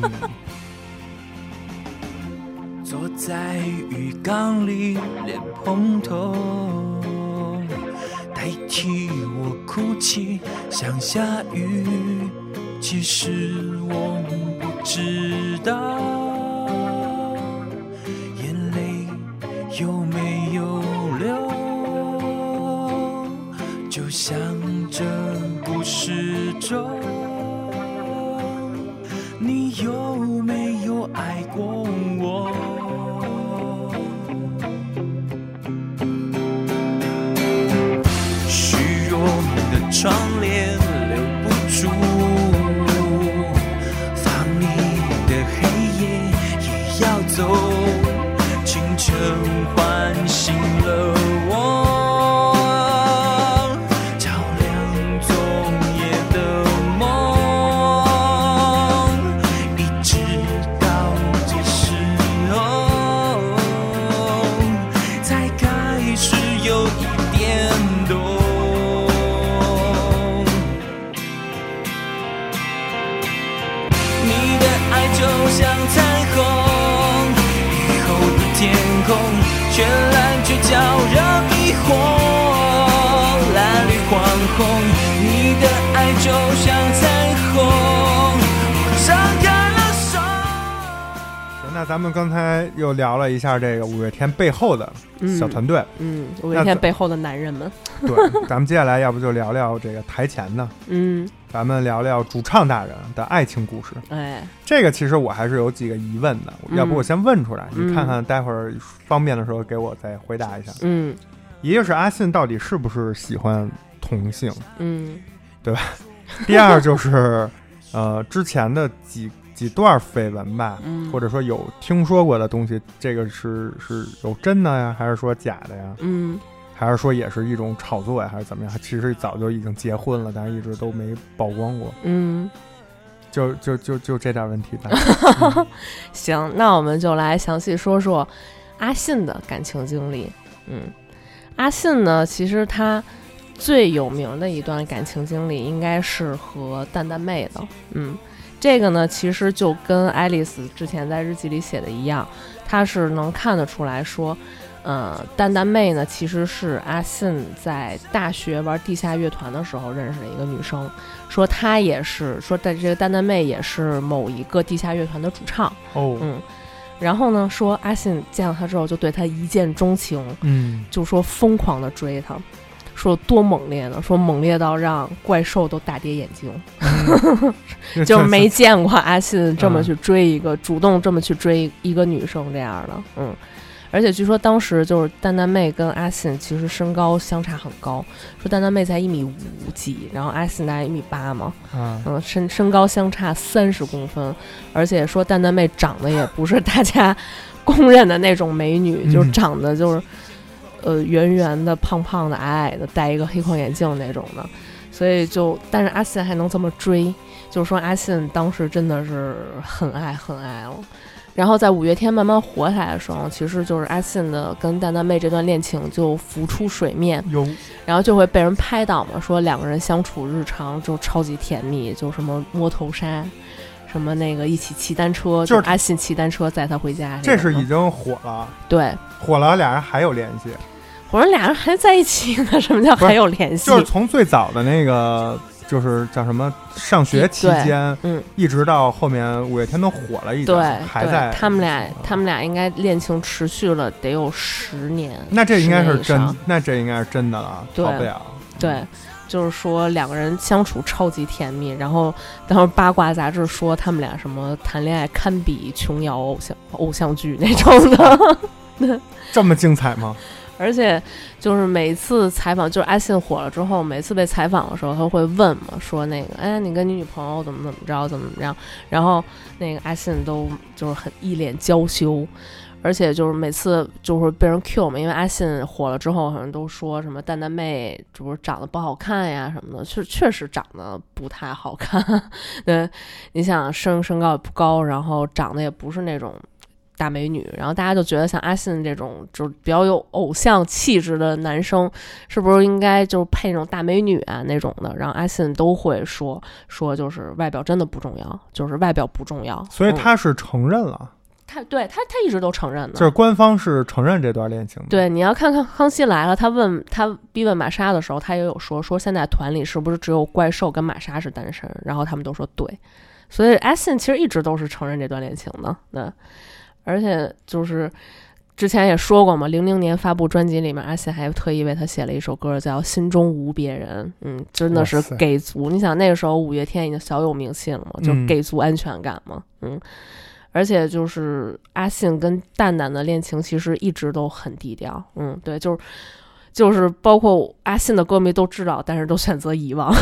[SPEAKER 1] 坐在浴缸里脸蓬头，代替我哭泣，想下雨，其实我不知道。 有爱过我。虚弱的窗帘留不住，放你的黑夜也要走，清晨唤醒了我，照亮昨夜的梦，一直到这时候才开始有一点懂。你的爱就像彩虹，雨后的天空绚烂却叫人迷惑，蓝绿黄红，你的爱就像彩虹，我张开了手。
[SPEAKER 2] 行，那咱们刚才又聊了一下这个五月天背后的小团队，
[SPEAKER 3] 嗯，五月天背后的男人们。
[SPEAKER 2] 对，咱们接下来要不就聊聊这个台前的，
[SPEAKER 3] 嗯，
[SPEAKER 2] 咱们聊聊主唱大人的爱情故事。
[SPEAKER 3] 哎，
[SPEAKER 2] 这个其实我还是有几个疑问的，
[SPEAKER 3] 嗯、
[SPEAKER 2] 要不我先问出来，
[SPEAKER 3] 嗯、
[SPEAKER 2] 你看看待会儿方便的时候给我再回答一下。
[SPEAKER 3] 嗯，
[SPEAKER 2] 一个是阿信到底是不是喜欢同性，
[SPEAKER 3] 嗯，
[SPEAKER 2] 对吧？第二就是呃之前的几几段绯闻吧、
[SPEAKER 3] 嗯，
[SPEAKER 2] 或者说有听说过的东西，这个是是有真的呀，还是说假的呀？
[SPEAKER 3] 嗯，还
[SPEAKER 2] 是说也是一种炒作呀，还是怎么样？其实早就已经结婚了，但是一直都没曝光过。
[SPEAKER 3] 嗯，
[SPEAKER 2] 就就就就这点问题吧。
[SPEAKER 3] 嗯、行，那我们就来详细说说阿信的感情经历。嗯，阿信呢，其实他最有名的一段感情经历应该是和蛋蛋妹的。嗯，这个呢，其实就跟爱丽丝之前在日记里写的一样，他是能看得出来说。呃，蛋蛋妹呢，其实是阿信在大学玩地下乐团的时候认识的一个女生，说她也是说在这个蛋蛋妹也是某一个地下乐团的主唱
[SPEAKER 2] 哦，
[SPEAKER 3] 嗯，然后呢，说阿信见到她之后就对她一见钟情，
[SPEAKER 2] 嗯，
[SPEAKER 3] 就说疯狂的追她，说多猛烈呢，说猛烈到让怪兽都大跌眼镜，嗯、就是没见过阿信这么去追一个、嗯、主动这么去追一个女生这样的，嗯。而且据说当时就是蛋蛋妹跟阿信其实身高相差很高，说蛋蛋妹才一米五几，然后阿信大概一米八嘛，嗯，嗯身身高相差三十公分，而且说蛋蛋妹长得也不是大家公认的那种美女，嗯、就是长得就是呃圆圆的、胖胖的、矮矮的，戴一个黑框眼镜那种的，所以就但是阿信还能这么追，就是说阿信当时真的是很爱很爱了。然后在五月天慢慢火起来的时候，其实就是阿信的跟蛋蛋妹这段恋情就浮出水面，然后就会被人拍到嘛，说两个人相处日常就超级甜蜜，就什么摸头杀，什么那个一起骑单车，就是阿信骑单车载他回家，
[SPEAKER 2] 这是已经火了，
[SPEAKER 3] 对，
[SPEAKER 2] 火了，俩人还有联系，
[SPEAKER 3] 我说俩人还在一起呢，什么叫还有联系？
[SPEAKER 2] 就是从最早的那个。就是叫什么上学期间，
[SPEAKER 3] 嗯，
[SPEAKER 2] 一直到后面五月天都火了一
[SPEAKER 3] 对，
[SPEAKER 2] 还在
[SPEAKER 3] 他们俩，他们俩应该恋情持续了得有十年。
[SPEAKER 2] 那这应该是真，那这应该是真的了，
[SPEAKER 3] 对
[SPEAKER 2] 跑不了。
[SPEAKER 3] 对，就是说两个人相处超级甜蜜，然后当时八卦杂志说他们俩什么谈恋爱堪比琼瑶偶像偶像剧那种的，
[SPEAKER 2] 这么精彩吗？
[SPEAKER 3] 而且就是每次采访，就是阿信火了之后，每次被采访的时候，他会问嘛，说那个，哎，你跟你女朋友怎么怎么着，怎么怎么样？然后那个阿信都就是很一脸娇羞，而且就是每次就会被人 Q 嘛，因为阿信火了之后，好像都说什么蛋蛋妹就是长得不好看呀什么的，确确实长得不太好看。对，你想身身高也不高，然后长得也不是那种。大美女，然后大家就觉得像阿信这种就是比较有偶像气质的男生，是不是应该就配那种大美女啊那种的？然后阿信都会说说就是外表真的不重要，就是外表不重要。
[SPEAKER 2] 所以他是承认了，
[SPEAKER 3] 嗯、他对他他一直都承认的，
[SPEAKER 2] 就是官方是承认这段恋情的。
[SPEAKER 3] 对，你要看看《康熙来了》，他问他逼问玛莎的时候，他也有说说现在团里是不是只有怪兽跟玛莎是单身？然后他们都说对，所以阿信其实一直都是承认这段恋情的。对。而且就是之前也说过嘛，零零年发布专辑里面，阿信还特意为他写了一首歌叫《心中无别人》，嗯，真的是给足。你想那个时候五月天已经小有名气了嘛，就给足安全感嘛，嗯。 而且就是阿信跟蛋蛋的恋情其实一直都很低调，嗯，对，就是就是包括阿信的歌迷都知道，但是都选择遗忘。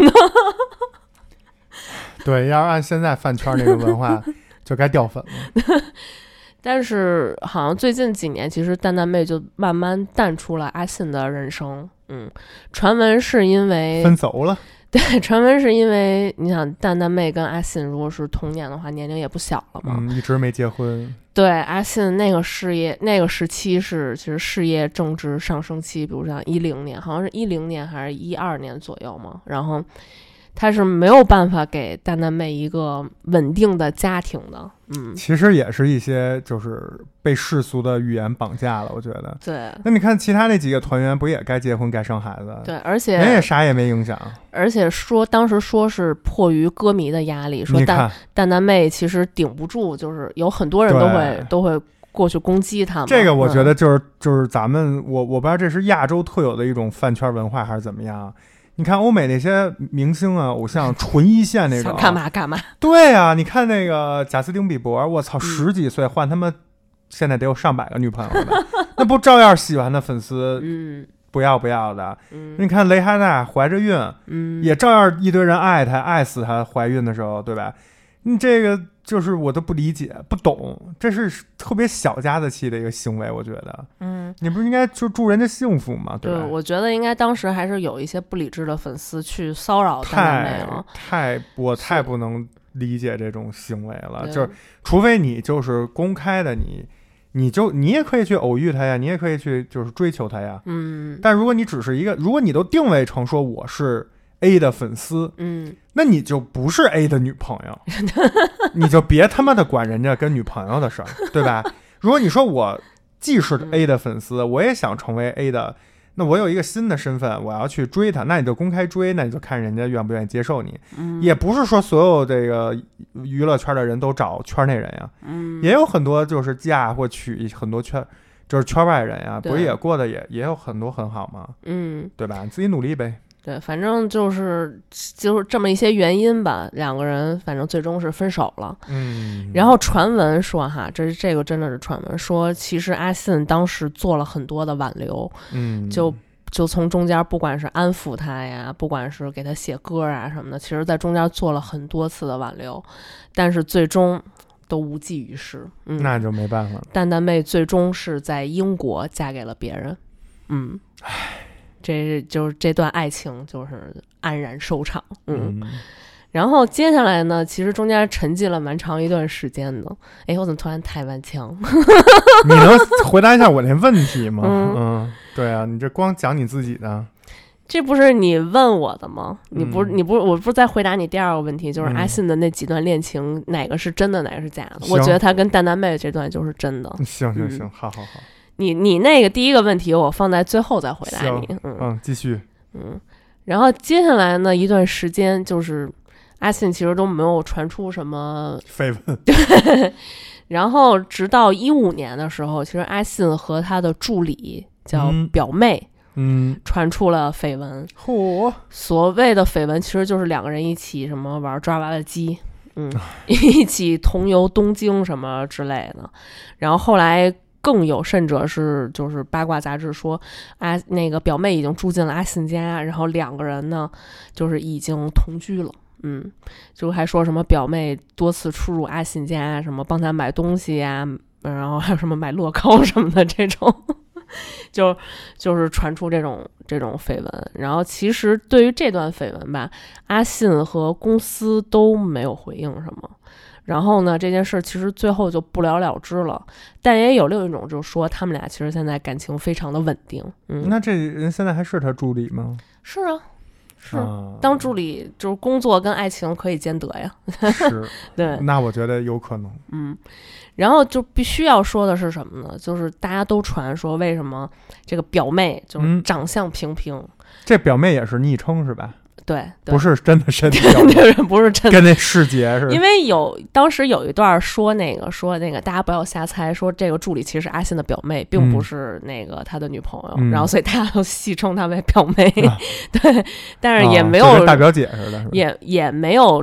[SPEAKER 2] 对，要是按现在饭圈那个文化，就该掉粉了。
[SPEAKER 3] 但是好像最近几年，其实蛋蛋妹就慢慢淡出了阿信的人生。嗯，传闻是因为
[SPEAKER 2] 分走了。
[SPEAKER 3] 对，传闻是因为你想蛋蛋妹跟阿信如果是同年的话，年龄也不小了嘛。
[SPEAKER 2] 嗯，一直没结婚。
[SPEAKER 3] 对，阿信那个事业那个时期是其实事业正值上升期，比如像一零年，好像是一零年还是一二年左右嘛，然后。他是没有办法给蛋蛋妹一个稳定的家庭的，嗯，
[SPEAKER 2] 其实也是一些就是被世俗的语言绑架了，我觉得。
[SPEAKER 3] 对。
[SPEAKER 2] 那你看其他那几个团员不也该结婚该生孩子？
[SPEAKER 3] 对，而且
[SPEAKER 2] 人也啥也没影响。
[SPEAKER 3] 而且说当时说是迫于歌迷的压力，说蛋蛋蛋妹其实顶不住，就是有很多人都会都会过去攻击他们。
[SPEAKER 2] 这个我觉得就是、嗯、就是咱们我我不知道这是亚洲特有的一种饭圈文化还是怎么样。你看欧美那些明星啊偶像纯一线那种
[SPEAKER 3] 想干嘛干嘛。
[SPEAKER 2] 对啊，你看那个贾斯汀比伯，我操，十几岁换他们现在得有上百个女朋友了，那不照样喜欢的粉丝
[SPEAKER 3] 嗯
[SPEAKER 2] 不要不要的、
[SPEAKER 3] 嗯、
[SPEAKER 2] 你看蕾哈娜怀着孕
[SPEAKER 3] 嗯
[SPEAKER 2] 也照样一堆人爱她爱死她怀孕的时候，对吧？你这个就是我都不理解不懂，这是特别小家子气的一个行为，我觉得。
[SPEAKER 3] 嗯，
[SPEAKER 2] 你不是应该就祝人家幸福吗？对吧？
[SPEAKER 3] 对，我觉得应该当时还是有一些不理智的粉丝去骚扰蛋蛋妹了。
[SPEAKER 2] 太我太不能理解这种行为了，就是除非你就是公开的你你就你也可以去偶遇他呀，你也可以去就是追求他呀。
[SPEAKER 3] 嗯，
[SPEAKER 2] 但如果你只是一个，如果你都定位成说我是A 的粉丝，
[SPEAKER 3] 嗯，
[SPEAKER 2] 那你就不是 A 的女朋友，你就别他妈的管人家跟女朋友的事儿，对吧？如果你说我既是 A 的粉丝，我也想成为 A 的，那我有一个新的身份，我要去追他，那你就公开追，那你就看人家愿不愿意接受你。
[SPEAKER 3] 嗯，
[SPEAKER 2] 也不是说所有这个娱乐圈的人都找圈内人呀，
[SPEAKER 3] 嗯，
[SPEAKER 2] 也有很多就是嫁或娶很多圈就是圈外人呀，不是也过得也也有很多很好吗？
[SPEAKER 3] 嗯，
[SPEAKER 2] 对吧？你自己努力呗。
[SPEAKER 3] 对，反正就是就是这么一些原因吧，两个人反正最终是分手了。
[SPEAKER 2] 嗯，
[SPEAKER 3] 然后传闻说哈，这这个真的是传闻说，其实阿信当时做了很多的挽留，
[SPEAKER 2] 嗯，
[SPEAKER 3] 就就从中间不管是安抚他呀，不管是给他写歌啊什么的，其实在中间做了很多次的挽留，但是最终都无济于事。嗯，
[SPEAKER 2] 那就没办法了。
[SPEAKER 3] 蛋蛋妹最终是在英国嫁给了别人。嗯，唉。这就是这段爱情就是黯然收场。 嗯, 嗯然后接下来呢其实中间沉寂了蛮长一段时间的。哎，我怎么突然台湾腔？
[SPEAKER 2] 你能回答一下我那问题吗？
[SPEAKER 3] 嗯,
[SPEAKER 2] 嗯，对啊，你这光讲你自己的，
[SPEAKER 3] 这不是你问我的吗？你不是、
[SPEAKER 2] 嗯、
[SPEAKER 3] 你不是我不是在回答你第二个问题，就是阿信的那几段恋情、嗯、哪个是真的哪个是假的？我觉得他跟蛋蛋妹这段就是真的。
[SPEAKER 2] 行行行、嗯、好好好，
[SPEAKER 3] 你你那个第一个问题我放在最后再回答你。
[SPEAKER 2] 嗯嗯，继续。
[SPEAKER 3] 嗯，然后接下来呢一段时间就是阿信其实都没有传出什么
[SPEAKER 2] 绯闻。
[SPEAKER 3] 对，然后直到一五年的时候，其实阿信和他的助理叫表妹，
[SPEAKER 2] 嗯，
[SPEAKER 3] 传出了绯闻。
[SPEAKER 2] 嚯、嗯，
[SPEAKER 3] 所谓的绯闻其实就是两个人一起什么玩抓娃娃机，嗯，一起同游东京什么之类的。然后后来更有甚者是，就是八卦杂志说，阿那个表妹已经住进了阿信家，然后两个人呢，就是已经同居了。嗯，就还说什么表妹多次出入阿信家，什么帮他买东西呀、啊，然后还有什么买乐高什么的这种，就就是传出这种这种绯闻。然后其实对于这段绯闻吧，阿信和公司都没有回应什么。然后呢，这件事其实最后就不了了之了。但也有另一种，就是说他们俩其实现在感情非常的稳定。嗯，
[SPEAKER 2] 那这人现在还是他助理吗？
[SPEAKER 3] 是啊，是、啊、当助理就是工作跟爱情可以兼得呀。
[SPEAKER 2] 是，
[SPEAKER 3] 对，
[SPEAKER 2] 那我觉得有可能。
[SPEAKER 3] 嗯，然后就必须要说的是什么呢？就是大家都传说为什么这个表妹就是长相平平，嗯、
[SPEAKER 2] 这表妹也是昵称是吧？
[SPEAKER 3] 对，对，
[SPEAKER 2] 不是真的身体
[SPEAKER 3] 对，不是真的，
[SPEAKER 2] 跟那世杰似的。
[SPEAKER 3] 因为有当时有一段说那个说那个大家不要瞎猜，说这个助理其实是阿信的表妹，并不是那个他的女朋友，嗯、然后所以大家都戏称她为表妹。啊、对，但是也没有、
[SPEAKER 2] 啊、大表姐似的，
[SPEAKER 3] 也也没有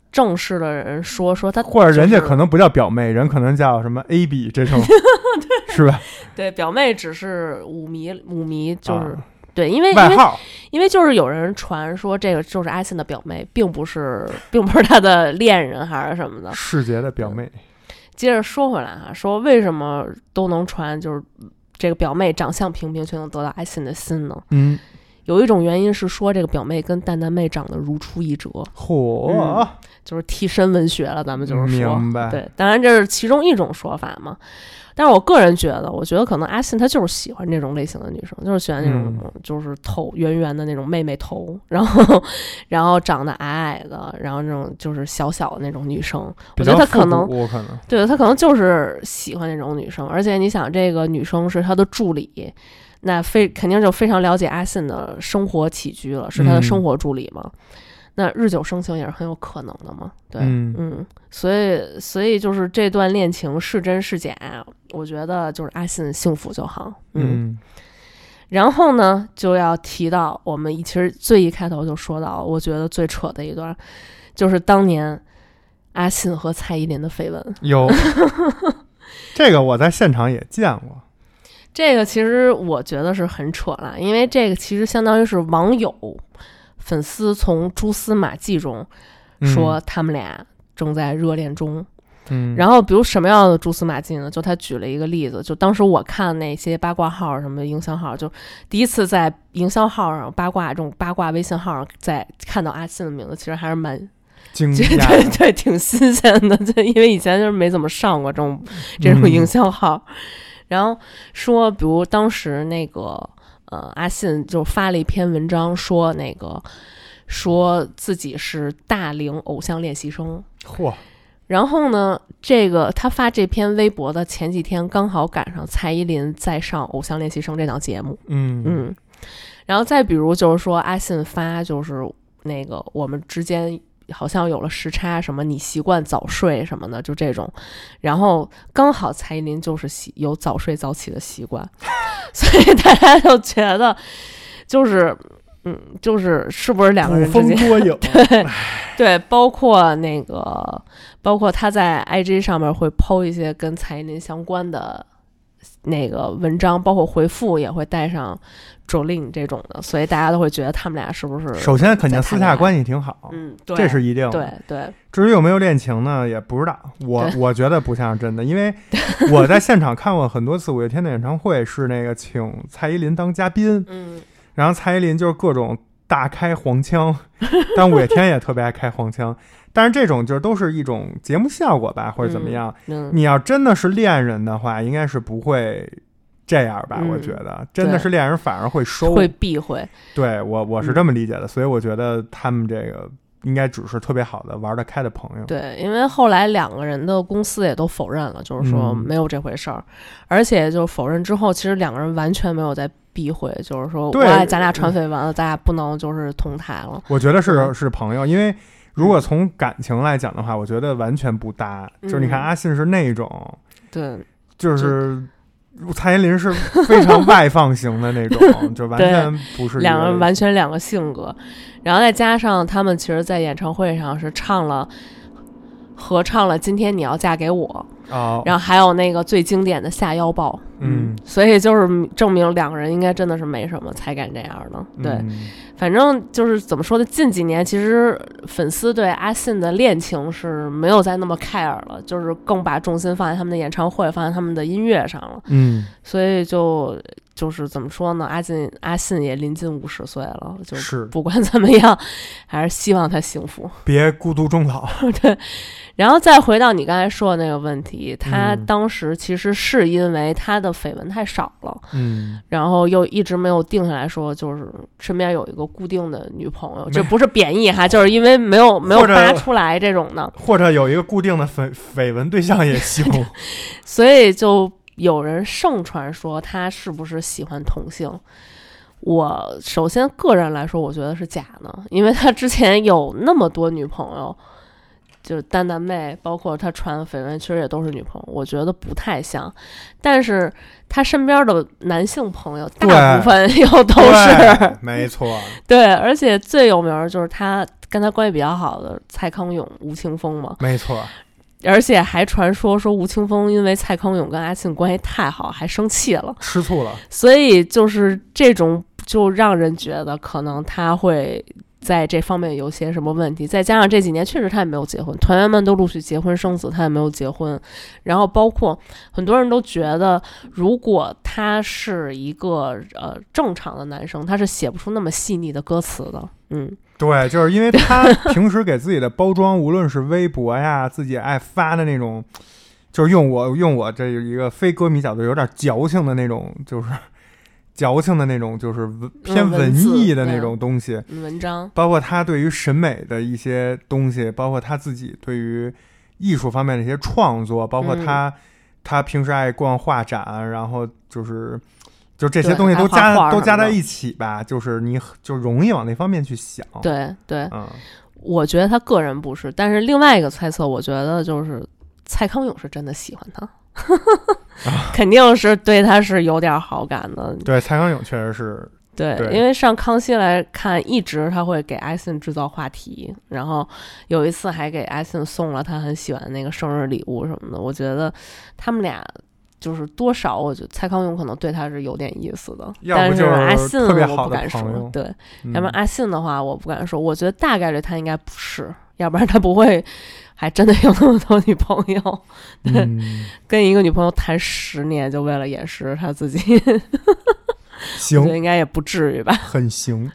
[SPEAKER 3] 正式的人说说他，
[SPEAKER 2] 或者人家可能不叫表妹，人可能叫什么 A B 这种，是吧？
[SPEAKER 3] 对，表妹只是舞迷，舞迷就是。
[SPEAKER 2] 啊
[SPEAKER 3] 对，因为
[SPEAKER 2] 外号，
[SPEAKER 3] 因为就是有人传说这个就是阿信的表妹，并不是，并不是他的恋人还是什么的。
[SPEAKER 2] 世杰的表妹。
[SPEAKER 3] 接着说回来哈，说为什么都能传，就是这个表妹长相平平却能得到阿信的心呢？
[SPEAKER 2] 嗯，
[SPEAKER 3] 有一种原因是说这个表妹跟蛋蛋妹长得如出一辙。
[SPEAKER 2] 嚯、
[SPEAKER 3] 嗯，就是替身文学了，咱们就是说，
[SPEAKER 2] 明白。
[SPEAKER 3] 对，当然这是其中一种说法嘛。但是我个人觉得，我觉得可能阿信他就是喜欢这种类型的女生，就是喜欢那种、嗯、就是头圆圆的那种妹妹头，然后然后长得矮矮的，然后那种就是小小的那种女生。我觉得他可能，
[SPEAKER 2] 我可能
[SPEAKER 3] 对他可能就是喜欢那种女生。而且你想，这个女生是他的助理，那非肯定就非常了解阿信的生活起居了，是他的生活助理嘛。嗯，那日久生情也是很有可能的嘛，对，嗯, 嗯所以所以就是这段恋情是真是假，我觉得就是阿信幸福就好，嗯。嗯然后呢，就要提到我们其实最一开头就说到，我觉得最扯的一段，就是当年阿信和蔡依林的绯闻。
[SPEAKER 2] 有，这个我在现场也见过。
[SPEAKER 3] 这个其实我觉得是很扯了，因为这个其实相当于是网友。粉丝从蛛丝马迹中说他们俩正在热恋中，嗯，然后比如什么样的蛛丝马迹呢？就他举了一个例子，就当时我看那些八卦号什么营销号，就第一次在营销号上八卦这种八卦微信号上在看到阿信的名字，其实还是蛮
[SPEAKER 2] 惊讶的，
[SPEAKER 3] 对对，挺新鲜的，就因为以前就是没怎么上过这种这种营销号，嗯，然后说比如当时那个。呃，阿信就发了一篇文章，说那个说自己是大龄偶像练习生。
[SPEAKER 2] 嚯！
[SPEAKER 3] 然后呢，这个他发这篇微博的前几天，刚好赶上蔡依林在上《偶像练习生》这档节目。嗯嗯。然后再比如就是说，阿信发就是那个我们之间好像有了时差，什么你习惯早睡什么的，就这种。然后刚好蔡依林就是习有早睡早起的习惯。所以大家就觉得，就是嗯，就是是不是两个人之间
[SPEAKER 2] 捕风捉影？
[SPEAKER 3] 对对，包括那个，包括他在 I G 上面会 po 一些跟蔡依林相关的那个文章，包括回复也会带上 Jolin 这种的，所以大家都会觉得他们俩是不是？
[SPEAKER 2] 首先肯定私下关系挺好，
[SPEAKER 3] 嗯，对，
[SPEAKER 2] 这是一定的。
[SPEAKER 3] 对对。
[SPEAKER 2] 至于有没有恋情呢，也不知道。我我觉得不像是真的，因为我在现场看过很多次五月天的演唱会，是那个请蔡依林当嘉宾，嗯，然后蔡依林就是各种大开黄腔，但五月天也特别爱开黄腔。但是这种就是都是一种节目效果吧，或者怎么样。嗯嗯、你要真的是恋人的话，应该是不会这样吧？嗯、我觉得真的是恋人反而会收，
[SPEAKER 3] 会避讳。
[SPEAKER 2] 对我我是这么理解的，嗯、所以我觉得他们这个应该只是特别好的玩得开的朋友。
[SPEAKER 3] 对，因为后来两个人的公司也都否认了，就是说没有这回事儿，嗯、而且就否认之后，其实两个人完全没有在避讳，就是说，哇，咱俩传绯闻了，咱俩不能就是同台了。
[SPEAKER 2] 我觉得是、嗯、是朋友，因为。如果从感情来讲的话，我觉得完全不搭。嗯、就是你看阿信是那种，
[SPEAKER 3] 对，
[SPEAKER 2] 就是蔡依林是非常外放型的那种，就完全不是
[SPEAKER 3] 两个完全两个性格。然后再加上他们其实，在演唱会上是唱了合唱了《今天你要嫁给我》。
[SPEAKER 2] 哦，
[SPEAKER 3] 然后还有那个最经典的下腰抱，
[SPEAKER 2] 嗯，
[SPEAKER 3] 所以就是证明两个人应该真的是没什么才敢这样的，对，
[SPEAKER 2] 嗯、
[SPEAKER 3] 反正就是怎么说呢？近几年其实粉丝对阿信的恋情是没有再那么 care 了，就是更把重心放在他们的演唱会，放在他们的音乐上了，
[SPEAKER 2] 嗯，
[SPEAKER 3] 所以就就是怎么说呢？阿信阿信也临近五十岁了，就是不管怎么样，还是希望他幸福，
[SPEAKER 2] 别孤独终老。
[SPEAKER 3] 对。然后再回到你刚才说的那个问题，他当时其实是因为他的绯闻太少了，
[SPEAKER 2] 嗯，
[SPEAKER 3] 然后又一直没有定下来说，就是身边有一个固定的女朋友，这不是贬义哈，就是因为没有没有扒出来这种的，
[SPEAKER 2] 或者有一个固定的绯绯闻对象也行，
[SPEAKER 3] 所以就有人盛传说他是不是喜欢同性。我首先个人来说，我觉得是假的，因为他之前有那么多女朋友。就是蛋蛋妹，包括他传的绯闻，其实也都是女朋友，我觉得不太像。但是他身边的男性朋友，大部分又都是，
[SPEAKER 2] 没错。
[SPEAKER 3] 对，而且最有名的就是他跟他关系比较好的蔡康永、吴青峰嘛，
[SPEAKER 2] 没错。
[SPEAKER 3] 而且还传说说吴青峰因为蔡康永跟阿信关系太好，还生气了，
[SPEAKER 2] 吃醋了。
[SPEAKER 3] 所以就是这种就让人觉得可能他会在这方面有些什么问题。再加上这几年确实他也没有结婚，团员们都陆续结婚生子，他也没有结婚。然后包括很多人都觉得，如果他是一个呃正常的男生，他是写不出那么细腻的歌词的。嗯，
[SPEAKER 2] 对，就是因为他平时给自己的包装，无论是微博呀，自己爱发的那种，就是用我用我这一个非歌迷角度有点矫情的那种，就是矫情的那种，就是偏文艺的那种东西、
[SPEAKER 3] 嗯、文章，
[SPEAKER 2] 包括他对于审美的一些东西，包括他自己对于艺术方面的一些创作，包括他、嗯、他平时爱逛画展，然后就是就这些东西都加都加在一起吧，就是你就容易往那方面去想。
[SPEAKER 3] 对对，
[SPEAKER 2] 嗯，
[SPEAKER 3] 我觉得他个人不是，但是另外一个猜测，我觉得就是蔡康永是真的喜欢他。肯定是对他是有点好感的。
[SPEAKER 2] 对，蔡康永确实是
[SPEAKER 3] 对,
[SPEAKER 2] 对，
[SPEAKER 3] 因为上康熙来看，一直他会给阿信制造话题，然后有一次还给阿信送了他很喜欢的那个生日礼物什么的。我觉得他们俩就是多少，我觉得蔡康永可能对他是有点意思的，
[SPEAKER 2] 但
[SPEAKER 3] 是阿信
[SPEAKER 2] 特别好
[SPEAKER 3] 我不敢说。对，
[SPEAKER 2] 嗯、
[SPEAKER 3] 要不然阿信的话我不敢说，我觉得大概率他应该不是，要不然他不会还真的有那么多女朋友。对、嗯，跟一个女朋友谈十年，就为了掩饰他自己。
[SPEAKER 2] 行，
[SPEAKER 3] 我觉得应该也不至于吧。
[SPEAKER 2] 很行。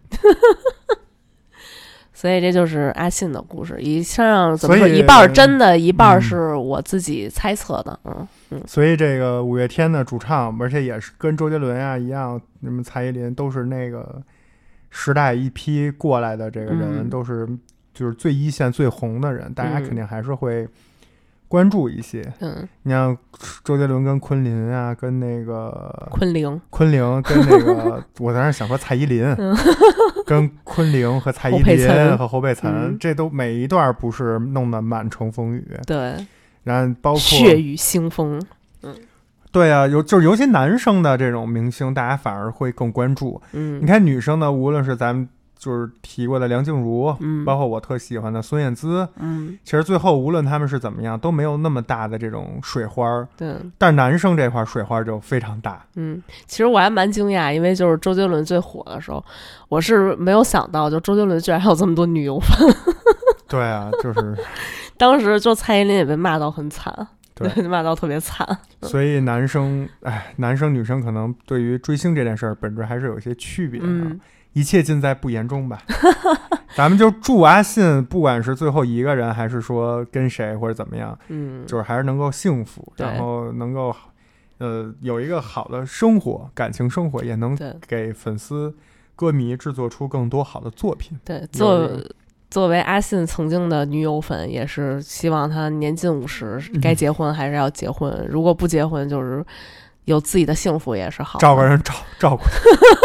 [SPEAKER 3] 所以这就是阿信的故事，以上怎么说，一半是真的，一半是我自己猜测的。嗯嗯。
[SPEAKER 2] 所以这个五月天的主唱，而且也是跟周杰伦啊一样，什么蔡依林都是那个时代一批过来的这个人，
[SPEAKER 3] 嗯、
[SPEAKER 2] 都是就是最一线最红的人，大家肯定还是会关注一些。
[SPEAKER 3] 嗯，
[SPEAKER 2] 你像周杰伦跟昆凌啊，跟那个
[SPEAKER 3] 昆凌，
[SPEAKER 2] 昆凌跟那个我当时想说蔡依林，嗯、跟昆凌和蔡依林和侯佩岑、嗯，这都每一段不是弄得满城风雨。
[SPEAKER 3] 对，
[SPEAKER 2] 然后包括
[SPEAKER 3] 血雨腥风。嗯，
[SPEAKER 2] 对啊，有就是尤其男生的这种明星，大家反而会更关注。
[SPEAKER 3] 嗯，
[SPEAKER 2] 你看女生呢，无论是咱们就是提过的梁静茹，
[SPEAKER 3] 嗯，
[SPEAKER 2] 包括我特喜欢的孙燕姿，
[SPEAKER 3] 嗯，
[SPEAKER 2] 其实最后无论他们是怎么样，都没有那么大的这种水花。
[SPEAKER 3] 对，
[SPEAKER 2] 但是男生这块水花就非常大。
[SPEAKER 3] 嗯，其实我还蛮惊讶，因为就是周杰伦最火的时候，我是没有想到，就周杰伦居然还有这么多女友粉。
[SPEAKER 2] 对啊，就是
[SPEAKER 3] 当时就蔡依林也被骂到很惨。
[SPEAKER 2] 对，
[SPEAKER 3] 骂到特别惨。
[SPEAKER 2] 所以男生，哎，男生女生可能对于追星这件事儿，本质还是有一些区别的、啊
[SPEAKER 3] 嗯。
[SPEAKER 2] 一切尽在不言中吧。咱们就祝阿信，不管是最后一个人，还是说跟谁或者怎么样，
[SPEAKER 3] 嗯，
[SPEAKER 2] 就是还是能够幸福，然后能够，呃，有一个好的生活，感情生活，也能给粉丝、歌迷制作出更多好的作品。
[SPEAKER 3] 对，做。作为阿信曾经的女友粉，也是希望他年近五十，该结婚还是要结婚、嗯。如果不结婚，就是有自己的幸福也是好的。
[SPEAKER 2] 找个人照照顾他。